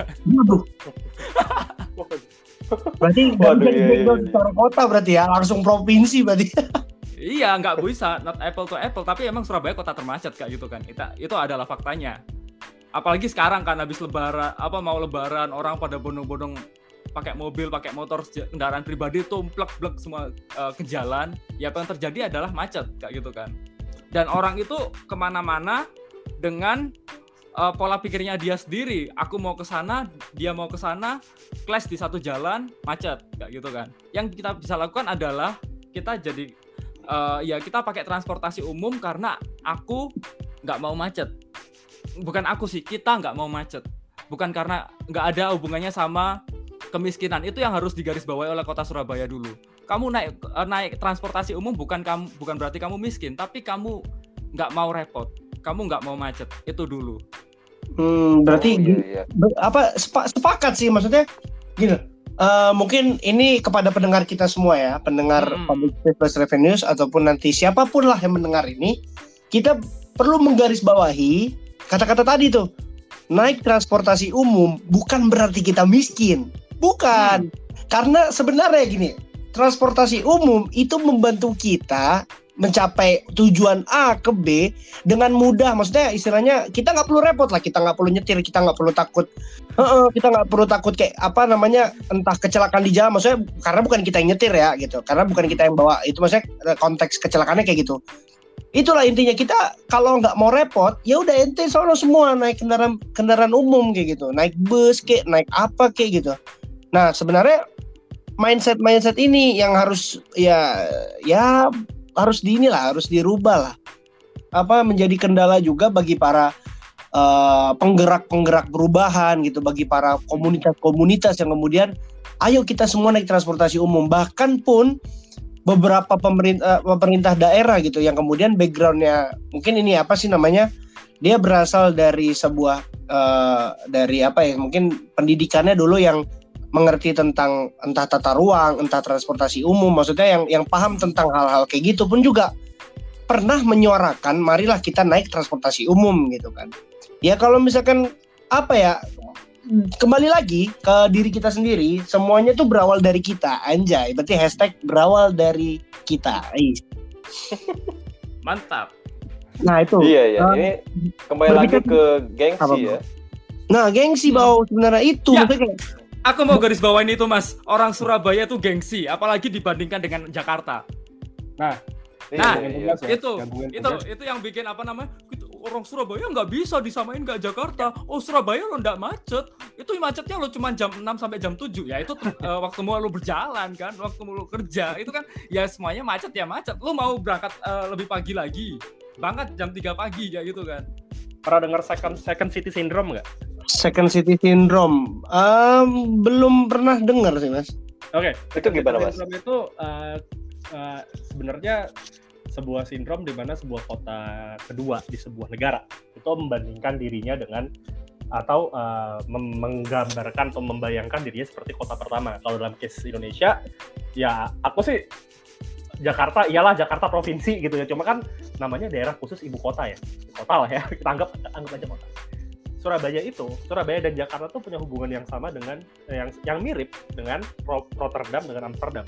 Berarti Waduh, iya, iya, iya. secara kota berarti ya, langsung provinsi berarti. Iya, nggak bisa, not apple to apple. Tapi emang Surabaya kota termacet kayak gitu kan. Itu, itu adalah faktanya. Apalagi sekarang kan habis lebaran, apa mau lebaran orang pada bondong-bondong pakai mobil, pakai motor, kendaraan pribadi tumplek-blek semua uh, ke jalan. Ya apa yang terjadi adalah macet kayak gitu kan. Dan orang itu kemana-mana dengan uh, pola pikirnya dia sendiri. Aku mau ke sana, dia mau ke sana, clash di satu jalan, macet kayak gitu kan. Yang kita bisa lakukan adalah kita jadi uh, ya kita pakai transportasi umum karena aku nggak mau macet. Bukan aku sih, kita nggak mau macet. Bukan karena nggak ada hubungannya sama kemiskinan. Itu yang harus digarisbawahi oleh kota Surabaya dulu. Kamu naik naik transportasi umum bukan kamu bukan berarti kamu miskin, tapi kamu nggak mau repot, kamu nggak mau macet. Itu dulu. Hmm, berarti Oh, iya, iya. ber- apa sepa- sepakat sih, maksudnya gini. Uh, mungkin ini kepada pendengar kita semua ya, pendengar Hmm. Public Space Plus Revenues ataupun nanti siapapun lah yang mendengar ini, kita perlu menggarisbawahi kata-kata tadi tuh, naik transportasi umum bukan berarti kita miskin. Bukan. Hmm. Karena sebenarnya gini, transportasi umum itu membantu kita mencapai tujuan A ke B dengan mudah. Maksudnya istilahnya kita nggak perlu repot lah, kita nggak perlu nyetir, kita nggak perlu takut. Uh-uh, kita nggak perlu takut kayak apa namanya, entah kecelakaan di jalan. Maksudnya karena bukan kita yang nyetir ya gitu, karena bukan kita yang bawa. Itu maksudnya konteks kecelakaannya kayak gitu. Itulah intinya, kita kalau nggak mau repot ya udah ente sono semua naik kendaraan kendaraan umum kayak gitu, naik bus kayak naik apa kayak gitu. Nah sebenarnya mindset mindset ini yang harus ya ya harus di inilah harus dirubah lah, apa menjadi kendala juga bagi para uh, penggerak-penggerak perubahan gitu, bagi para komunitas-komunitas yang kemudian ayo kita semua naik transportasi umum. Bahkan pun beberapa pemerintah pemerintah daerah gitu yang kemudian backgroundnya mungkin ini apa sih namanya, dia berasal dari sebuah uh, dari apa ya, mungkin pendidikannya dulu yang mengerti tentang entah tata ruang, entah transportasi umum, maksudnya yang yang paham tentang hal-hal kayak gitu pun juga pernah menyuarakan marilah kita naik transportasi umum gitu kan. Ya kalau misalkan apa ya, kembali lagi ke diri kita sendiri, semuanya tuh berawal dari kita, anjay. Berarti hashtag berawal dari kita. Mantap. Nah itu. Iya ya, uh, ini kembali lagi ke gengsi apa, ya. Nah gengsi Hmm. bau sebenarnya itu. Ya. Maksudnya kayak, Aku mau garis bawain itu mas, orang Surabaya tuh gengsi, apalagi dibandingkan dengan Jakarta. Nah, Iya, Nah, iya, iya. tugas ya, itu gabungan itu tugas. itu yang bikin apa namanya, orang Surabaya nggak bisa disamain nggak Jakarta. Oh Surabaya lo nggak macet, itu macetnya lo cuma jam enam sampai jam tujuh ya itu uh, waktu mau lo berjalan kan, waktu mau lo kerja itu kan ya semuanya macet ya macet. Lo mau berangkat uh, lebih pagi lagi, berangkat jam tiga pagi kayak gitu kan. Pernah dengar second second city syndrome nggak? Second city syndrome, um, belum pernah dengar sih mas. Oke, okay. Itu gimana mas? Syndrome itu uh, uh, sebenarnya sebuah sindrom di mana sebuah kota kedua di sebuah negara itu membandingkan dirinya dengan atau uh, menggambarkan atau membayangkan dirinya seperti kota pertama. Kalau dalam case Indonesia, ya aku sih Jakarta, iyalah Jakarta provinsi gitu ya. Cuma kan namanya daerah khusus ibu kota ya, kota lah ya. Kita anggap anggap aja kota. Surabaya itu, Surabaya dan Jakarta tuh punya hubungan yang sama dengan yang yang mirip dengan Rotterdam dengan Amsterdam.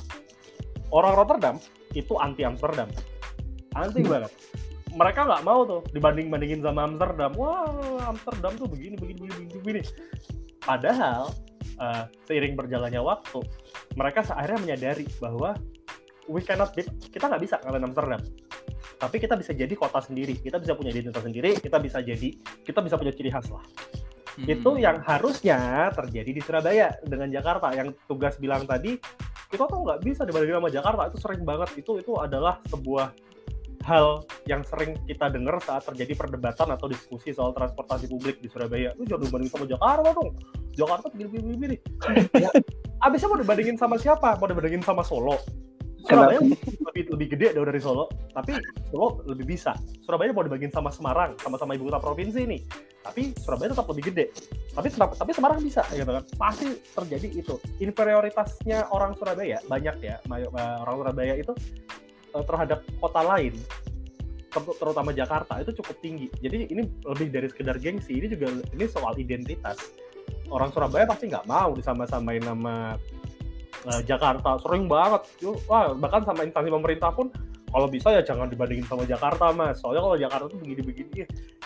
Orang Rotterdam itu anti Amsterdam, anti banget. Mereka nggak mau tuh dibanding-bandingin sama Amsterdam. Wah, Amsterdam tuh begini, begini, begini, begini. Padahal uh, seiring berjalannya waktu, mereka akhirnya menyadari bahwa we cannot be, kita nggak bisa ngalahin Amsterdam. Tapi kita bisa jadi kota sendiri, kita bisa punya identitas sendiri, kita bisa jadi, kita bisa punya ciri khas lah. Hmm. Itu yang harusnya terjadi di Surabaya dengan Jakarta. Yang tugas bilang tadi, kita tuh nggak bisa dibandingin sama Jakarta, itu sering banget. Itu itu adalah sebuah hal yang sering kita dengar saat terjadi perdebatan atau diskusi soal transportasi publik di Surabaya. Itu jangan dibandingin sama Jakarta dong. Jakarta begini-begini. Ya, abisnya mau dibandingin sama siapa? Mau dibandingin sama Solo? Surabaya lebih lebih gede dari Solo, tapi Solo lebih bisa. Surabaya mau dibandingin sama Semarang, sama-sama ibu kota provinsi nih. Tapi Surabaya tetap lebih gede. Tapi tapi Semarang bisa, gitu kan? Pasti terjadi itu. Inferioritasnya orang Surabaya banyak ya, orang Surabaya itu terhadap kota lain, terutama Jakarta itu cukup tinggi. Jadi ini lebih dari sekedar gengsi, ini juga ini soal identitas. Orang Surabaya pasti nggak mau disama-samain nama uh, Jakarta, sering banget. Wah, bahkan sama instansi pemerintah pun kalau bisa ya jangan dibandingin sama Jakarta mas. Soalnya kalau Jakarta tuh begini-begini.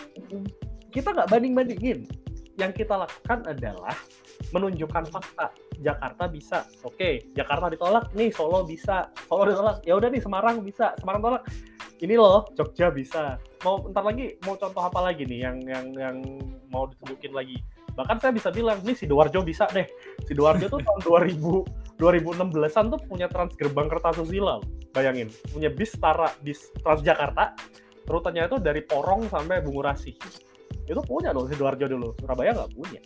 Kita nggak banding-bandingin. Yang kita lakukan adalah menunjukkan fakta. Jakarta bisa, oke. Okay. Jakarta ditolak, nih Solo bisa. Solo ditolak, ya udah nih Semarang bisa. Semarang tolak, ini loh Jogja bisa. Mau ntar lagi mau contoh apa lagi nih yang yang yang mau disebutin lagi? Bahkan saya bisa bilang nih Sidoarjo bisa deh. Sidoarjo tuh tahun dua ribu dua ribu enam belasan tuh punya Transgerbang Kertasusila. Bayangin, punya bis Tara, bis Transjakarta. Rutenya itu dari Porong sampai Bungurasi. Itu punya loh Sidoarjo dulu. Surabaya nggak punya.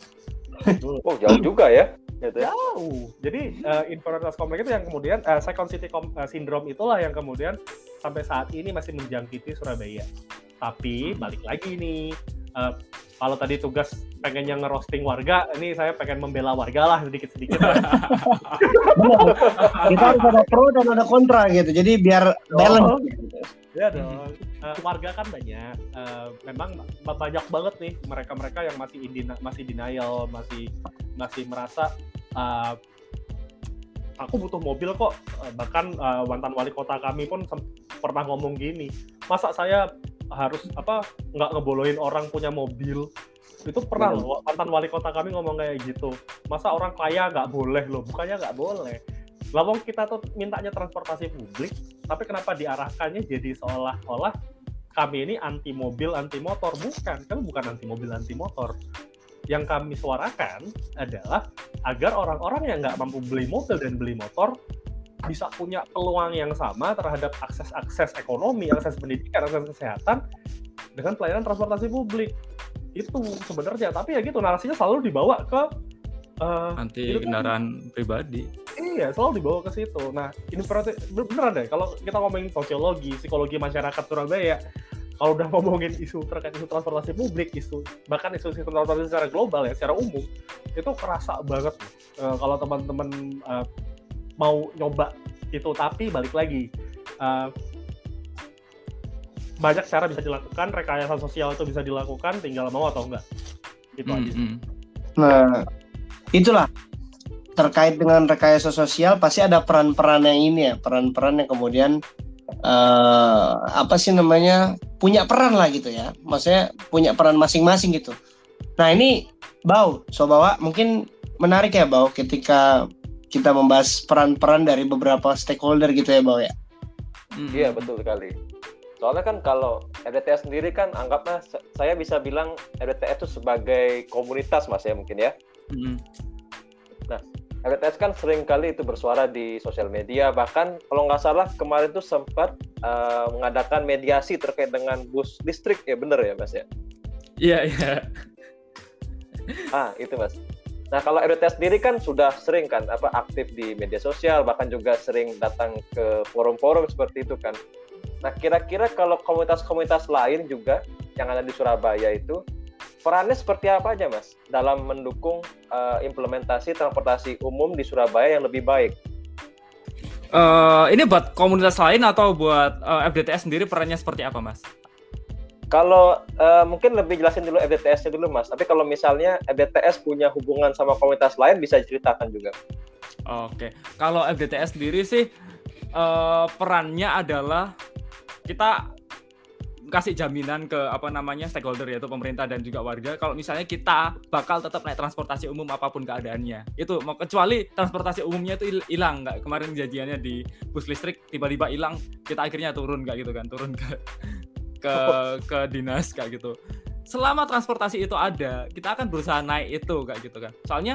Oh jauh juga ya? Gitu ya? Jauh. Jadi uh, inferioritas kompleks itu yang kemudian uh, second city com- uh, syndrome itulah yang kemudian sampai saat ini masih menjangkiti Surabaya. Tapi balik lagi nih, uh, kalau tadi tugas pengennya ngerosting warga, ini saya pengen membela warga lah sedikit-sedikit. Kita harus ada pro dan ada kontra gitu. Jadi biar balance. Oh. Ya dong. Uh, warga kan banyak. Uh, memang banyak banget nih mereka-mereka yang masih indina, masih denial, masih masih merasa uh, aku butuh mobil kok. Uh, bahkan uh, mantan wali kota kami pun sem- pernah ngomong gini, masa saya harus apa nggak ngeboloin orang punya mobil? Itu pernah hmm. loh mantan wali kota kami ngomong kayak gitu. Masa orang kaya nggak boleh loh? Bukannya nggak boleh. Lawang kita tuh mintanya transportasi publik, tapi kenapa diarahkannya jadi seolah-olah kami ini anti mobil, anti motor? Bukan, kami bukan anti mobil, anti motor. Yang kami suarakan adalah agar orang-orang yang nggak mampu beli mobil dan beli motor bisa punya peluang yang sama terhadap akses-akses ekonomi, akses pendidikan, akses kesehatan dengan pelayanan transportasi publik. Itu sebenarnya, tapi ya gitu narasinya selalu dibawa ke uh, anti kendaraan pribadi. Iya, selalu dibawa ke situ. Nah, ini beneran deh kalau kita ngomongin sosiologi, psikologi masyarakat Surabaya, kalau udah ngomongin isu terkait isu transportasi publik, isu bahkan isu-isu transportasi secara global ya, secara umum, itu kerasa banget uh, kalau teman-teman uh, mau nyoba itu. Tapi balik lagi, uh, banyak cara bisa dilakukan, rekayasa sosial itu bisa dilakukan, tinggal mau atau enggak. Itu mm-hmm. aja. Nah, itulah terkait dengan rekayasa sosial pasti ada peran-peran yang ini ya, peran-peran yang kemudian uh, apa sih namanya punya peran lah gitu ya, maksudnya punya peran masing-masing gitu. Nah ini Bau, Sobawa mungkin menarik ya Bau ketika kita membahas peran-peran dari beberapa stakeholder gitu ya Bau ya. Iya betul sekali. Soalnya kan kalau F D T S sendiri kan anggaplah saya bisa bilang F D T S itu sebagai komunitas Mas ya mungkin ya. Mm-hmm. Nah, F D T S kan sering kali itu bersuara di sosial media, bahkan kalau nggak salah kemarin tuh sempat uh, mengadakan mediasi terkait dengan bus listrik ya, bener ya Mas ya? Iya, iya. Ah, itu Mas. Nah, kalau F D T S sendiri kan sudah sering kan apa aktif di media sosial, bahkan juga sering datang ke forum-forum seperti itu kan. Nah, kira-kira kalau komunitas-komunitas lain juga yang ada di Surabaya itu perannya seperti apa aja, Mas, dalam mendukung uh, implementasi transportasi umum di Surabaya yang lebih baik? Uh, ini buat komunitas lain atau buat uh, F D T S sendiri perannya seperti apa, Mas? Kalau uh, mungkin lebih jelasin dulu F D T S-nya dulu, Mas. Tapi kalau misalnya F D T S punya hubungan sama komunitas lain, bisa diceritakan juga. Oke, kalau F D T S sendiri sih uh, perannya adalah kita kasih jaminan ke apa namanya stakeholder, yaitu pemerintah dan juga warga, kalau misalnya kita bakal tetap naik transportasi umum apapun keadaannya. Itu mau kecuali transportasi umumnya itu hilang, nggak kemarin kejadiannya di bus listrik tiba-tiba hilang, kita akhirnya turun kayak gitu kan, turun ke ke ke dinas kayak gitu. Selama transportasi itu ada, kita akan berusaha naik itu kayak gitu kan. Soalnya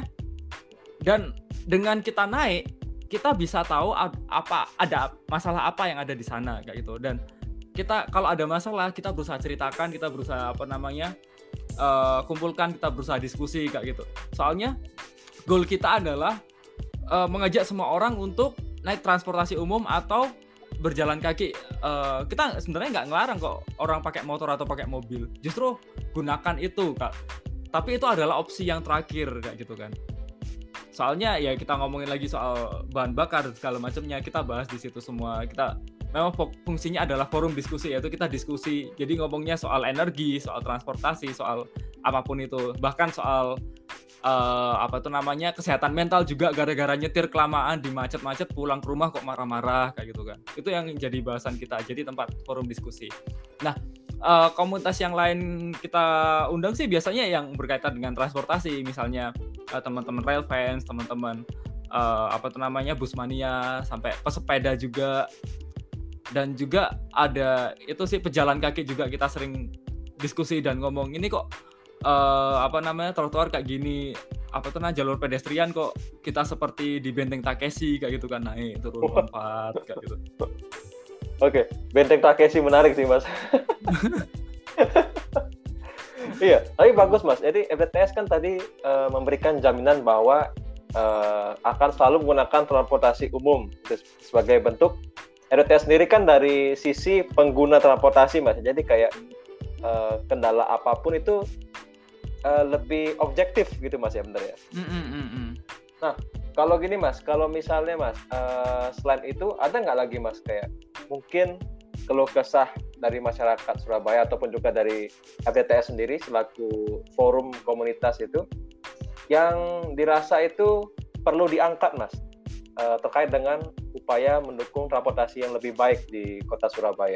dan dengan kita naik, kita bisa tahu apa ada masalah apa yang ada di sana kayak gitu. Dan kita kalau ada masalah kita berusaha ceritakan, kita berusaha apa namanya uh, kumpulkan, kita berusaha diskusi kayak gitu. Soalnya goal kita adalah uh, mengajak semua orang untuk naik transportasi umum atau berjalan kaki. Uh, kita sebenarnya nggak ngelarang kok orang pakai motor atau pakai mobil. Justru gunakan itu, Kak. Tapi itu adalah opsi yang terakhir kayak gitu kan. Soalnya ya kita ngomongin lagi soal bahan bakar dan segala macamnya, kita bahas di situ semua. Kita memang fungsinya adalah forum diskusi, yaitu kita diskusi. Jadi ngomongnya soal energi, soal transportasi, soal apapun itu. Bahkan soal uh, apa tuh namanya kesehatan mental juga, gara-gara nyetir kelamaan di macet-macet pulang ke rumah kok marah-marah kayak gitu kan. Itu yang jadi bahasan kita. Jadi tempat forum diskusi. Nah, uh, komunitas yang lain kita undang sih biasanya yang berkaitan dengan transportasi, misalnya uh, teman-teman rail fans, teman-teman uh, apa tuh namanya busmania, sampai pesepeda juga. Dan juga ada itu sih pejalan kaki juga, kita sering diskusi dan ngomong ini kok uh, apa namanya trotoar kayak gini, apa tuh nah jalur pedestrian kok kita seperti di Benteng Takeshi kayak gitu kan, naik turun lompat kayak gitu. Oke, Benteng Takeshi menarik sih Mas. Iya, tapi bagus Mas. Jadi F D T S kan tadi uh, memberikan jaminan bahwa uh, akan selalu menggunakan transportasi umum sebagai bentuk. F D T S sendiri kan dari sisi pengguna transportasi Mas, jadi kayak uh, kendala apapun itu uh, lebih objektif gitu Mas ya, benar ya? Mm-mm. Nah, kalau gini Mas, kalau misalnya Mas, uh, selain itu ada nggak lagi Mas kayak mungkin keluh kesah dari masyarakat Surabaya ataupun juga dari F D T S sendiri selaku forum komunitas itu yang dirasa itu perlu diangkat Mas, uh, terkait dengan upaya mendukung transportasi yang lebih baik di kota Surabaya?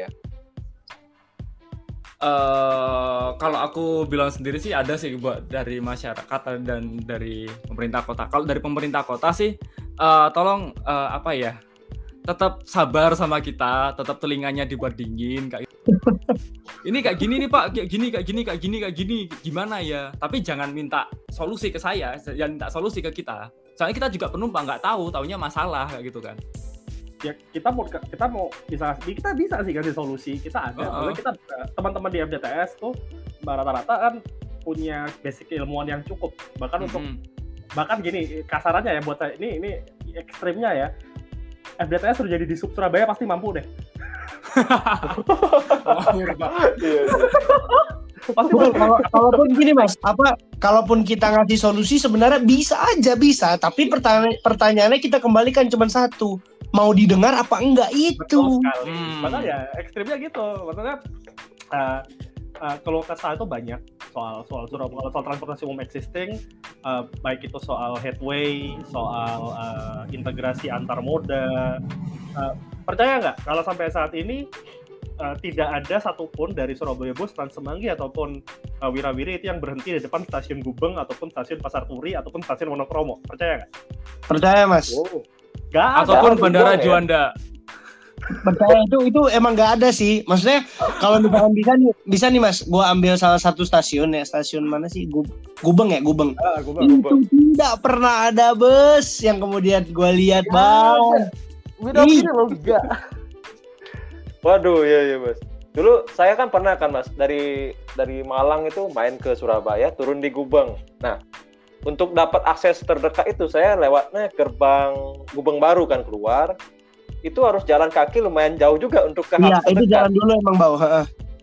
Uh, kalau aku bilang sendiri sih ada sih buat dari masyarakat dan dari pemerintah kota. Kalau dari pemerintah kota sih uh, tolong uh, apa ya, tetap sabar sama kita, tetap telinganya dibuat dingin kayak gitu. Ini kayak gini nih Pak, kayak gini, kayak gini, kayak gini, kayak gini, gimana ya? Tapi jangan minta solusi ke saya, jangan minta solusi ke kita. Soalnya kita juga penumpang, nggak tahu, taunya masalah kayak gitu kan. Ya kita mau kita mau bisa kita bisa sih kasih solusi, kita ada. Uh-uh. Kita teman-teman di F D T S tuh rata-rata kan punya basic ilmuwan yang cukup. Bahkan mm-hmm. untuk bahkan gini kasarannya ya buat saya, ini ini ekstrimnya ya. F D T S sudah jadi di sub Surabaya pasti mampu deh. Pasti kalau kalaupun gini Mas, apa kalaupun kita ngasih solusi sebenarnya bisa aja bisa, tapi pertanya- pertanyaannya kita kembalikan cuma satu, mau didengar apa enggak itu. Betul sekali. Hmm. Makanya ekstrimnya gitu. Maksudnya uh, uh, kalau kesal itu banyak soal soal Surabaya, soal transportasi umum existing, uh, baik itu soal headway, soal uh, integrasi antar moda. Uh, percaya nggak kalau sampai saat ini Uh, tidak ada satupun dari Surabaya Bus, Trans Semanggi ataupun uh, Wirawiri itu yang berhenti di depan stasiun Gubeng ataupun stasiun Pasar Turi ataupun stasiun Wonokromo. Percaya nggak? Percaya Mas. Oh. Gak ataupun ada. Bandara Juanda. Percaya itu itu emang nggak ada sih. Maksudnya kalau misalkan bisa nih, bisa nih Mas, gua ambil salah satu stasiun ya, stasiun mana sih? Gubeng ya, Gubeng. Ah, Gubeng, Itu Gubeng. tidak pernah ada bus yang kemudian gua lihat, Bang. Udah ini loh enggak. Waduh, iya iya Mas. Dulu saya kan pernah kan Mas dari dari Malang itu main ke Surabaya, turun di Gubeng. Nah, untuk dapat akses terdekat itu saya lewatnya gerbang Gubeng Baru kan keluar. Itu harus jalan kaki lumayan jauh juga untuk ke Iya, akses itu terdekat. jalan dulu emang bau. Heeh.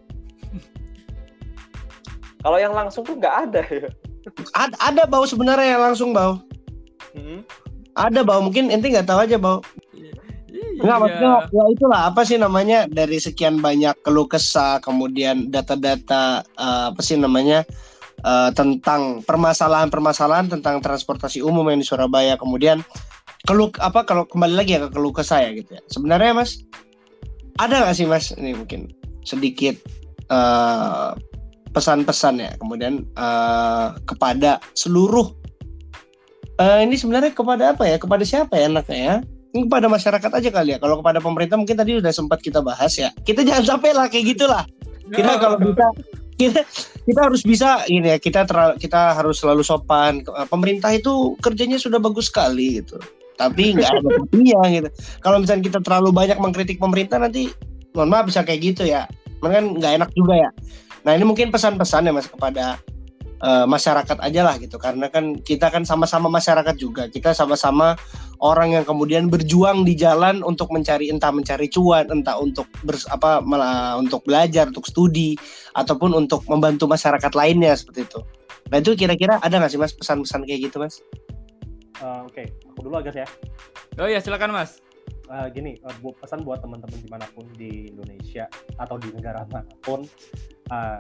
Kalau yang langsung tuh nggak ada ya. Ad- ada bau sebenarnya yang langsung bau. Hmm. Ada bau, mungkin ente nggak tahu aja bau. Enggak, maksudnya ya itulah apa sih namanya, dari sekian banyak keluh kesah, kemudian data-data uh, apa sih namanya uh, tentang permasalahan-permasalahan tentang transportasi umum yang di Surabaya, kemudian keluh apa kalau kembali lagi ya ke keluh kesah ya gitu ya. Sebenarnya Mas, ada nggak sih Mas ini mungkin sedikit uh, pesan-pesan ya kemudian uh, kepada seluruh uh, ini sebenarnya kepada apa ya, kepada siapa ya enaknya ya? Ini kepada masyarakat aja kali ya. Kalau kepada pemerintah mungkin tadi udah sempat kita bahas ya. Kita jangan sampai lah kayak gitulah. Kita kalau bisa kita kita harus bisa ini ya, kita ter, kita harus selalu sopan. Pemerintah itu kerjanya sudah bagus sekali gitu. Tapi nggak ada buktinya gitu. Kalau misalnya kita terlalu banyak mengkritik pemerintah nanti mohon maaf bisa kayak gitu ya. Kan nggak enak juga ya. Nah, ini mungkin pesan-pesan ya Mas kepada uh, masyarakat aja lah gitu, karena kan kita kan sama-sama masyarakat juga, kita sama-sama orang yang kemudian berjuang di jalan untuk mencari, entah mencari cuan, entah untuk bers, apa malah untuk belajar, untuk studi, ataupun untuk membantu masyarakat lainnya seperti itu. Nah itu kira-kira ada nggak sih Mas pesan-pesan kayak gitu Mas? Uh, Oke, okay. Aku dulu Agas ya. Oh iya silakan Mas. Uh, gini, uh, bu- pesan buat teman-teman dimanapun di Indonesia atau di negara manapun, uh,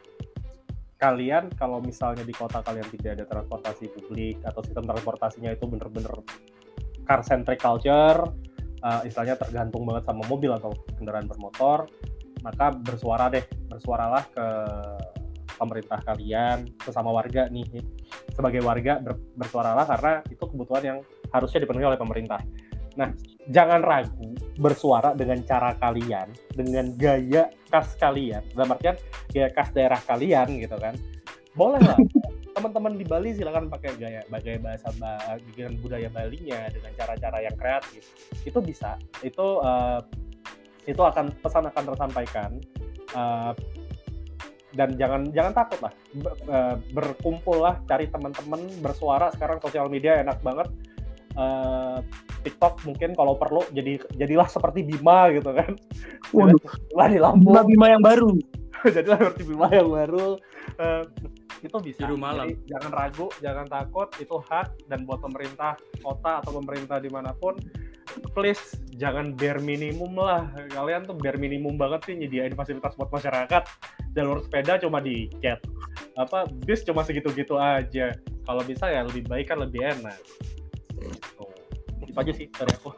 kalian kalau misalnya di kota kalian tidak ada transportasi publik atau sistem transportasinya itu bener-bener car centric culture, uh, istilahnya tergantung banget sama mobil atau kendaraan bermotor, maka bersuara deh, bersuaralah ke pemerintah kalian, sesama warga nih, sebagai warga ber, bersuaralah karena itu kebutuhan yang harusnya dipenuhi oleh pemerintah. Nah, jangan ragu bersuara dengan cara kalian, dengan gaya khas kalian, dalam artian gaya khas daerah kalian gitu kan. Boleh lah, teman-teman di Bali silakan pakai gaya, gaya bahasa dengan budaya Balinya dengan cara-cara yang kreatif. Itu bisa, itu uh, itu akan pesan akan tersampaikan. Uh, dan jangan jangan takut lah, berkumpul lah, cari teman-teman, bersuara. Sekarang sosial media enak banget. Uh, TikTok mungkin kalau perlu jadi jadilah seperti Bima gitu kan. Waduh, lah di Lampung. Bima, Bima yang baru. Jadilah seperti Bima yang baru. Uh, itu bisa. Jadi, jangan ragu, jangan takut, itu hak. Dan buat pemerintah kota atau pemerintah dimanapun, please jangan bare minimum lah. Kalian tuh bare minimum banget sih nyediain fasilitas buat masyarakat. Jalur sepeda cuma dicat, apa bis cuma segitu-gitu aja. Kalau bisa ya lebih baik kan lebih enak. Gitu. Itu aja sih dari aku.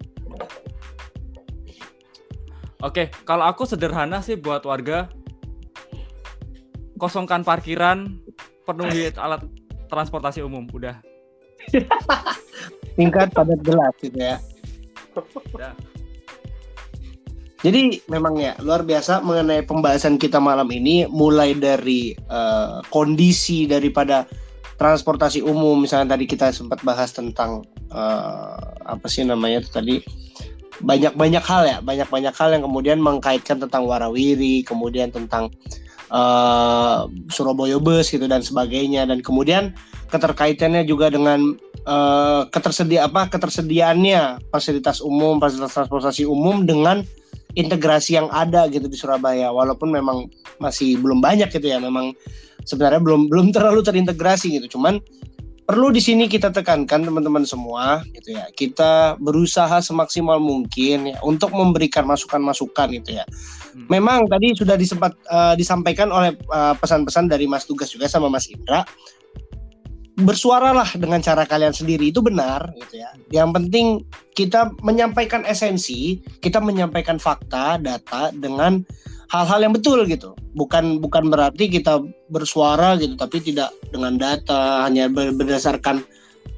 Oke, kalau aku sederhana sih buat warga, kosongkan parkiran, penuhi alat transportasi umum, udah. Singkat padat jelas gitu ya. Udah. Jadi memang ya luar biasa mengenai pembahasan kita malam ini, mulai dari uh, kondisi daripada transportasi umum, misalnya tadi kita sempat bahas tentang uh, apa sih namanya itu tadi, banyak-banyak hal ya, banyak-banyak hal yang kemudian mengkaitkan tentang warawiri, kemudian tentang uh, Surabaya Bus gitu dan sebagainya, dan kemudian keterkaitannya juga dengan uh, ketersedia apa ketersediaannya fasilitas umum, fasilitas transportasi umum dengan integrasi yang ada gitu di Surabaya, walaupun memang masih belum banyak gitu ya, memang sebenarnya belum belum terlalu terintegrasi gitu. Cuman perlu di sini kita tekankan teman-teman semua gitu ya, kita berusaha semaksimal mungkin ya untuk memberikan masukan-masukan gitu ya. Hmm. Memang tadi sudah disempat uh, disampaikan oleh uh, pesan-pesan dari Mas Tugas juga sama Mas Indra. Bersuaralah dengan cara kalian sendiri, itu benar gitu ya. Yang penting kita menyampaikan esensi, kita menyampaikan fakta, data dengan hal-hal yang betul gitu. Bukan bukan berarti kita bersuara gitu tapi tidak dengan data, hanya berdasarkan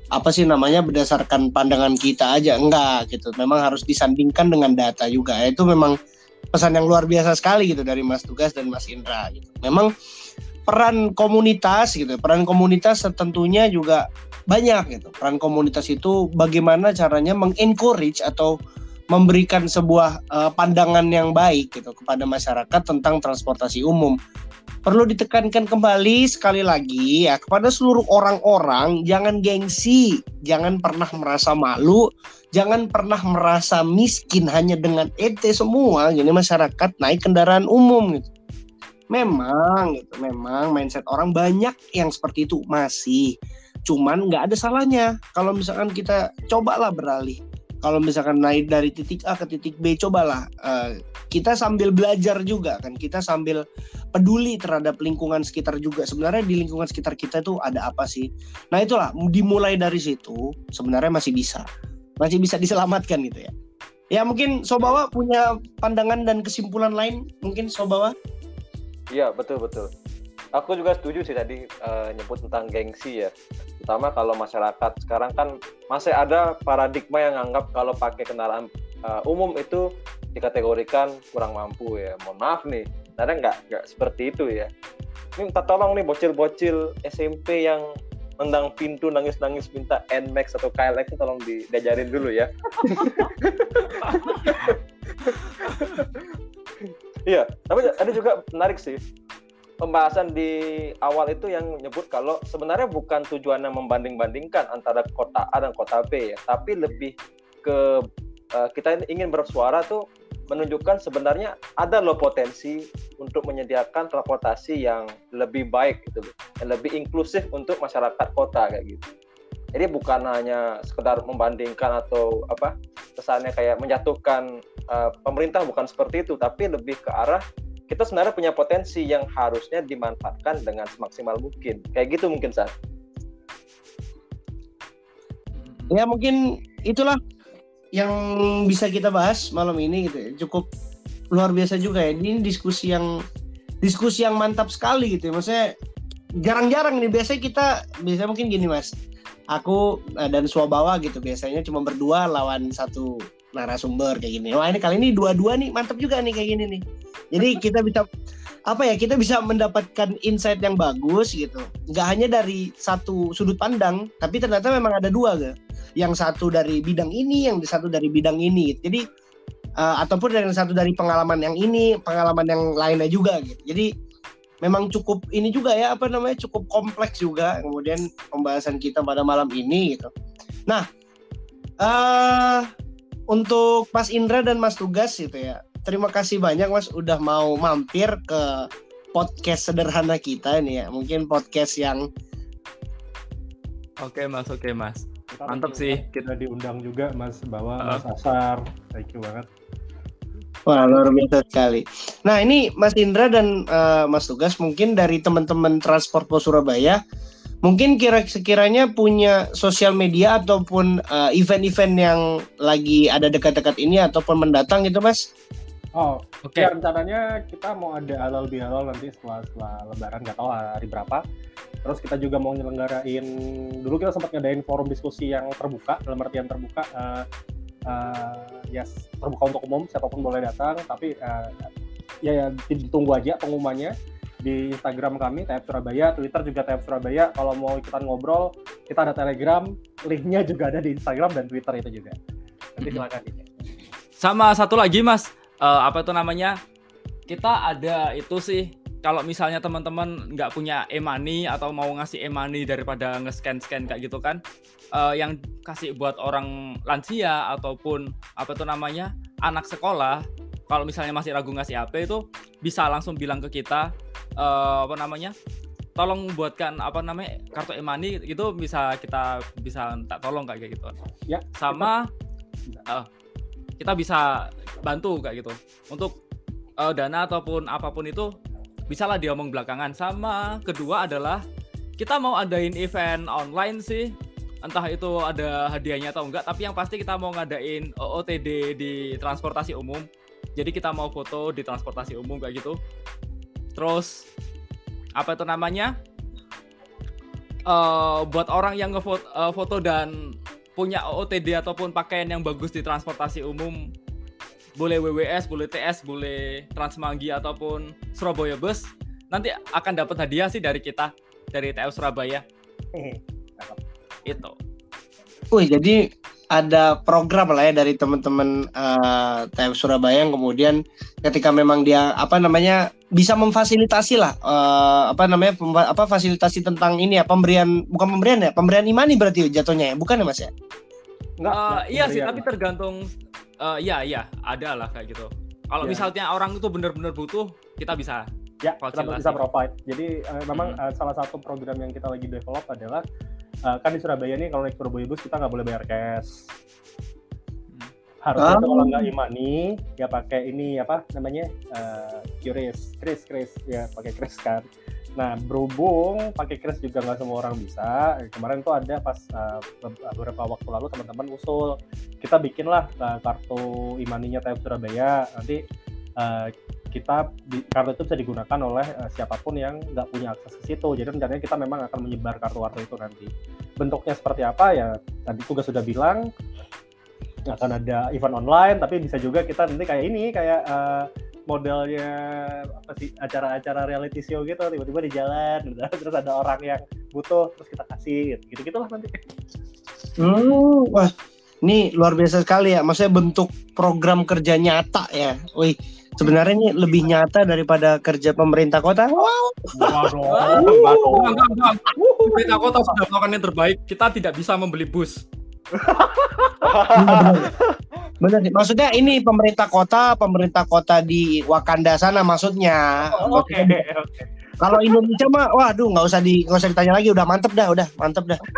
apa sih namanya berdasarkan pandangan kita aja, enggak gitu. Memang harus disandingkan dengan data juga. Itu memang pesan yang luar biasa sekali gitu dari Mas Tugas dan Mas Indra gitu. Memang peran komunitas gitu, peran komunitas tentunya juga banyak gitu. Peran komunitas itu bagaimana caranya mengencourage atau memberikan sebuah uh, pandangan yang baik gitu kepada masyarakat tentang transportasi umum. Perlu ditekankan kembali sekali lagi ya kepada seluruh orang-orang, jangan gengsi, jangan pernah merasa malu, jangan pernah merasa miskin hanya dengan ente semua gini masyarakat naik kendaraan umum gitu. Memang gitu, memang mindset orang banyak yang seperti itu masih. Cuman nggak ada salahnya kalau misalkan kita cobalah beralih. Kalau misalkan naik dari titik A ke titik B, cobalah uh, kita sambil belajar juga kan, kita sambil peduli terhadap lingkungan sekitar juga. Sebenarnya di lingkungan sekitar kita tuh ada apa sih? Nah itulah, dimulai dari situ sebenarnya masih bisa, masih bisa diselamatkan gitu ya. Ya mungkin Sobawa punya pandangan dan kesimpulan lain, mungkin Sobawa? Iya betul betul. Aku juga setuju sih tadi uh, nyebut tentang gengsi ya. Terutama kalau masyarakat sekarang kan masih ada paradigma yang anggap kalau pakai kendaraan uh, umum itu dikategorikan kurang mampu ya. Mohon maaf nih, ternyata nggak nggak seperti itu ya. Ini minta tolong nih bocil-bocil S M P yang nendang pintu nangis-nangis minta N Max atau K L X tolong di, diajarin dulu ya. Iya, tapi ada juga menarik sih. Pembahasan di awal itu yang nyebut kalau sebenarnya bukan tujuannya membanding-bandingkan antara kota A dan kota B ya, tapi lebih ke uh, kita ingin bersuara tuh menunjukkan sebenarnya ada loh potensi untuk menyediakan transportasi yang lebih baik gitu loh, yang lebih inklusif untuk masyarakat kota kayak gitu. Jadi bukan hanya sekedar membandingkan atau apa kesannya kayak menjatuhkan uh, pemerintah, bukan seperti itu, tapi lebih ke arah kita sebenarnya punya potensi yang harusnya dimanfaatkan dengan semaksimal mungkin. Kayak gitu mungkin, San. Ya mungkin itulah yang bisa kita bahas malam ini gitu ya. Cukup luar biasa juga ya. Ini diskusi yang diskusi yang mantap sekali gitu ya. Maksudnya jarang-jarang nih, biasanya kita biasanya mungkin gini Mas. Aku dan Swabawa gitu biasanya cuma berdua lawan satu narasumber kayak gini. Wah ini kali ini dua-dua nih, mantap juga nih kayak gini nih. Jadi kita bisa apa ya? Kita bisa mendapatkan insight yang bagus gitu. Nggak hanya dari satu sudut pandang, tapi ternyata memang ada dua gitu. Yang satu dari bidang ini, yang satu dari bidang ini. Gitu. Jadi uh, ataupun yang satu dari pengalaman yang ini, pengalaman yang lainnya juga gitu. Jadi memang cukup ini juga ya apa namanya cukup kompleks juga. Kemudian pembahasan kita pada malam ini gitu. Nah, uh, untuk Mas Indra dan Mas Tugas gitu ya. Terima kasih banyak Mas udah mau mampir ke podcast sederhana kita ini ya. Mungkin podcast yang Oke Mas, oke Mas. Kita Mantap sih. Kita diundang juga Mas Bawa, uh. Mas Asar. Thank you banget. Wah luar biasa sekali. Nah ini Mas Indra dan uh, Mas Tugas mungkin dari teman-teman Transportpo Surabaya mungkin kira sekiranya punya sosial media ataupun uh, event-event yang lagi ada dekat-dekat ini ataupun mendatang gitu Mas? Oh, oke. Okay. Ya rencananya kita mau ada halal bihalal nanti setelah setelah Lebaran, nggak tahu hari berapa. Terus kita juga mau nyelenggarain, dulu kita sempat ngadain forum diskusi yang terbuka, dalam artian terbuka, uh, uh, yes, terbuka untuk umum, siapapun boleh datang. Tapi uh, ya, ya ditunggu aja pengumumannya di Instagram kami, T F Surabaya, Twitter juga T F Surabaya. Kalau mau ikutan ngobrol, kita ada Telegram, linknya juga ada di Instagram dan Twitter itu juga. Nanti silakan. Sama satu lagi Mas. Uh, apa itu namanya, kita ada itu sih kalau misalnya teman-teman nggak punya e-money atau mau ngasih e-money daripada nge-scan-scan kayak gitu kan, uh, yang kasih buat orang lansia ataupun apa itu namanya anak sekolah, kalau misalnya masih ragu ngasih A P itu bisa langsung bilang ke kita, uh, apa namanya tolong buatkan apa namanya kartu e-money, itu bisa kita bisa tak tolong kayak gitu ya. Sama uh, kita bisa bantu kayak gitu untuk uh, dana ataupun apapun itu bisalah diomong belakangan. Sama kedua adalah kita mau adain event online sih, entah itu ada hadiahnya atau enggak, tapi yang pasti kita mau ngadain O O T D di transportasi umum. Jadi kita mau foto di transportasi umum kayak gitu. Terus apa itu namanya uh, buat orang yang ngefoto uh, foto dan punya O O T D ataupun pakaian yang bagus di transportasi umum, boleh W W S, boleh T S, boleh Transmanggi ataupun Surabaya Bus, nanti akan dapat hadiah sih dari kita, dari T F Surabaya. Itu. Wih, jadi ada program lah ya dari teman-teman uh, T F Surabaya yang kemudian ketika memang dia apa namanya bisa memfasilitasi lah uh, apa namanya pemba- apa fasilitasi tentang ini ya, pemberian bukan pemberian ya, pemberian imani berarti jatuhnya ya, bukan ya Mas ya? Enggak, Uh, enggak iya sih, pemberian. tapi tergantung. Uh, iya iya, ada lah kayak gitu. Kalau Ya. misalnya orang itu benar-benar butuh, kita bisa. Ya, kita Fasilitasi. bisa provide. Jadi uh, memang Hmm. uh, salah satu program yang kita lagi develop adalah uh, kan di Surabaya nih kalau naik Surabaya Bus kita nggak boleh bayar cash. Harusnya Ah. tuh kalau nggak e-money ya pakai ini apa namanya uh, Kris, Kris, Kris ya pakai Kris kan. Nah berhubung pakai Kris juga nggak semua orang bisa. Kemarin tuh ada pas uh, beberapa waktu lalu teman-teman usul kita bikinlah uh, kartu e-money-nya T F Surabaya. Nanti uh, kita di, kartu itu bisa digunakan oleh uh, siapapun yang nggak punya akses ke situ. Jadi rencananya kita memang akan menyebar kartu-kartu itu nanti. Bentuknya seperti apa ya tadi juga sudah bilang akan ada event online, tapi bisa juga kita nanti kayak ini kayak uh, modelnya apa sih acara-acara reality show gitu, tiba-tiba di jalan terus ada orang yang butuh terus kita kasih gitu gitulah nanti. Hmm, wah, ini luar biasa sekali ya. Maksudnya bentuk program kerja nyata ya. Wih, sebenarnya ini lebih nyata daripada kerja pemerintah kota. Wow. Waduh, Enggak, enggak, enggak. Pemerintah kota sudah melakukan yang terbaik. Kita tidak bisa membeli bus. Benar sih. Maksudnya ini pemerintah kota, pemerintah kota di Wakanda sana maksudnya. Oke, Maksudnya, oke. kalau Indonesia mah, waduh, nggak usah di, nggak usah ditanya lagi, udah mantep dah, udah mantep dah.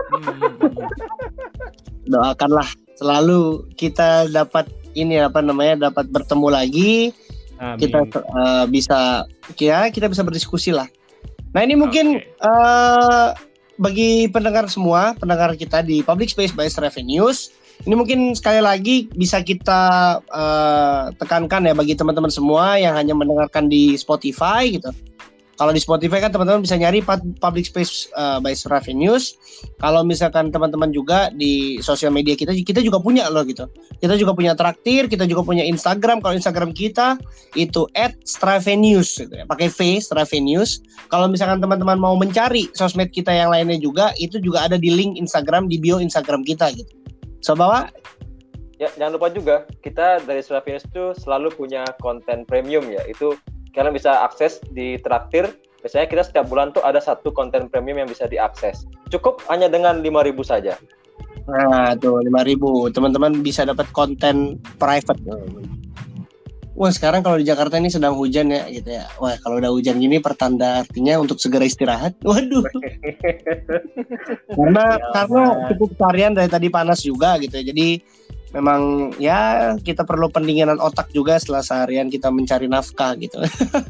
Doakanlah selalu kita dapat ini apa namanya, dapat bertemu lagi, Amin. kita uh, bisa, ya kita bisa berdiskusi lah. Nah ini mungkin Oke. uh, bagi pendengar semua, pendengar kita di Public Space by Strafing News, ini mungkin sekali lagi bisa kita uh, tekankan ya bagi teman-teman semua yang hanya mendengarkan di Spotify gitu. Kalau di Spotify kan teman-teman bisa nyari Public Space uh, by Strafing News. Kalau misalkan teman-teman juga di sosial media kita, kita juga punya loh gitu. Kita juga punya Traktir, kita juga punya Instagram. Kalau Instagram kita itu at strafenews gitu ya. Pakai V, strafenews. Kalau misalkan teman-teman mau mencari sosmed kita yang lainnya juga, itu juga ada di link Instagram, di bio Instagram kita gitu. So, bawa? Ya, jangan lupa juga kita dari Strafinus itu selalu punya konten premium ya. Itu kalian bisa akses di Traktir. Biasanya kita setiap bulan tuh ada satu konten premium yang bisa diakses. Cukup hanya dengan lima ribu saja. Nah, tuh lima ribu. Teman-teman bisa dapat konten private. Wah, sekarang kalau di Jakarta ini sedang hujan ya gitu ya. Wah, kalau udah hujan gini pertanda artinya untuk segera istirahat. Waduh. karena Ya, karena Mas. cukup seharian dari tadi panas juga gitu ya. Jadi memang ya kita perlu pendinginan otak juga setelah seharian kita mencari nafkah gitu.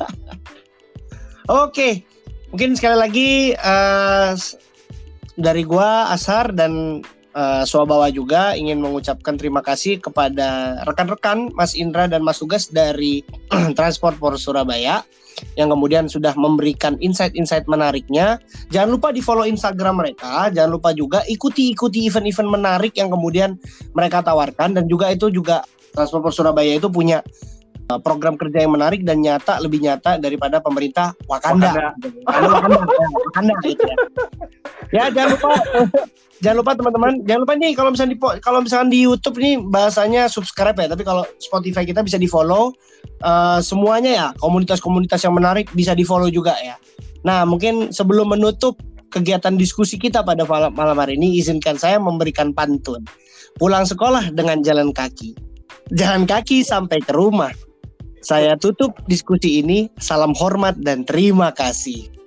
Oke, mungkin sekali lagi uh, dari gua Ashar dan uh, Swabawa juga ingin mengucapkan terima kasih kepada rekan-rekan Mas Indra dan Mas Sugas dari Transport for Surabaya yang kemudian sudah memberikan insight-insight menariknya. Jangan lupa di follow Instagram mereka, jangan lupa juga ikuti-ikuti event-event menarik yang kemudian mereka tawarkan, dan juga itu juga Transport for Surabaya itu punya uh, program kerja yang menarik dan nyata, lebih nyata daripada pemerintah Wakanda. Wakanda, Wakanda, ya, Wakanda gitu ya. Ya jangan lupa, jangan lupa teman-teman, jangan lupa nih kalau misalnya di kalau misalkan di YouTube nih bahasanya subscribe ya, tapi kalau Spotify kita bisa di follow. Uh, semuanya ya, komunitas-komunitas yang menarik bisa di follow juga ya. Nah mungkin sebelum menutup kegiatan diskusi kita pada malam, malam hari ini, izinkan saya memberikan pantun. Pulang sekolah dengan jalan kaki, jalan kaki sampai ke rumah. Saya tutup diskusi ini, salam hormat dan terima kasih.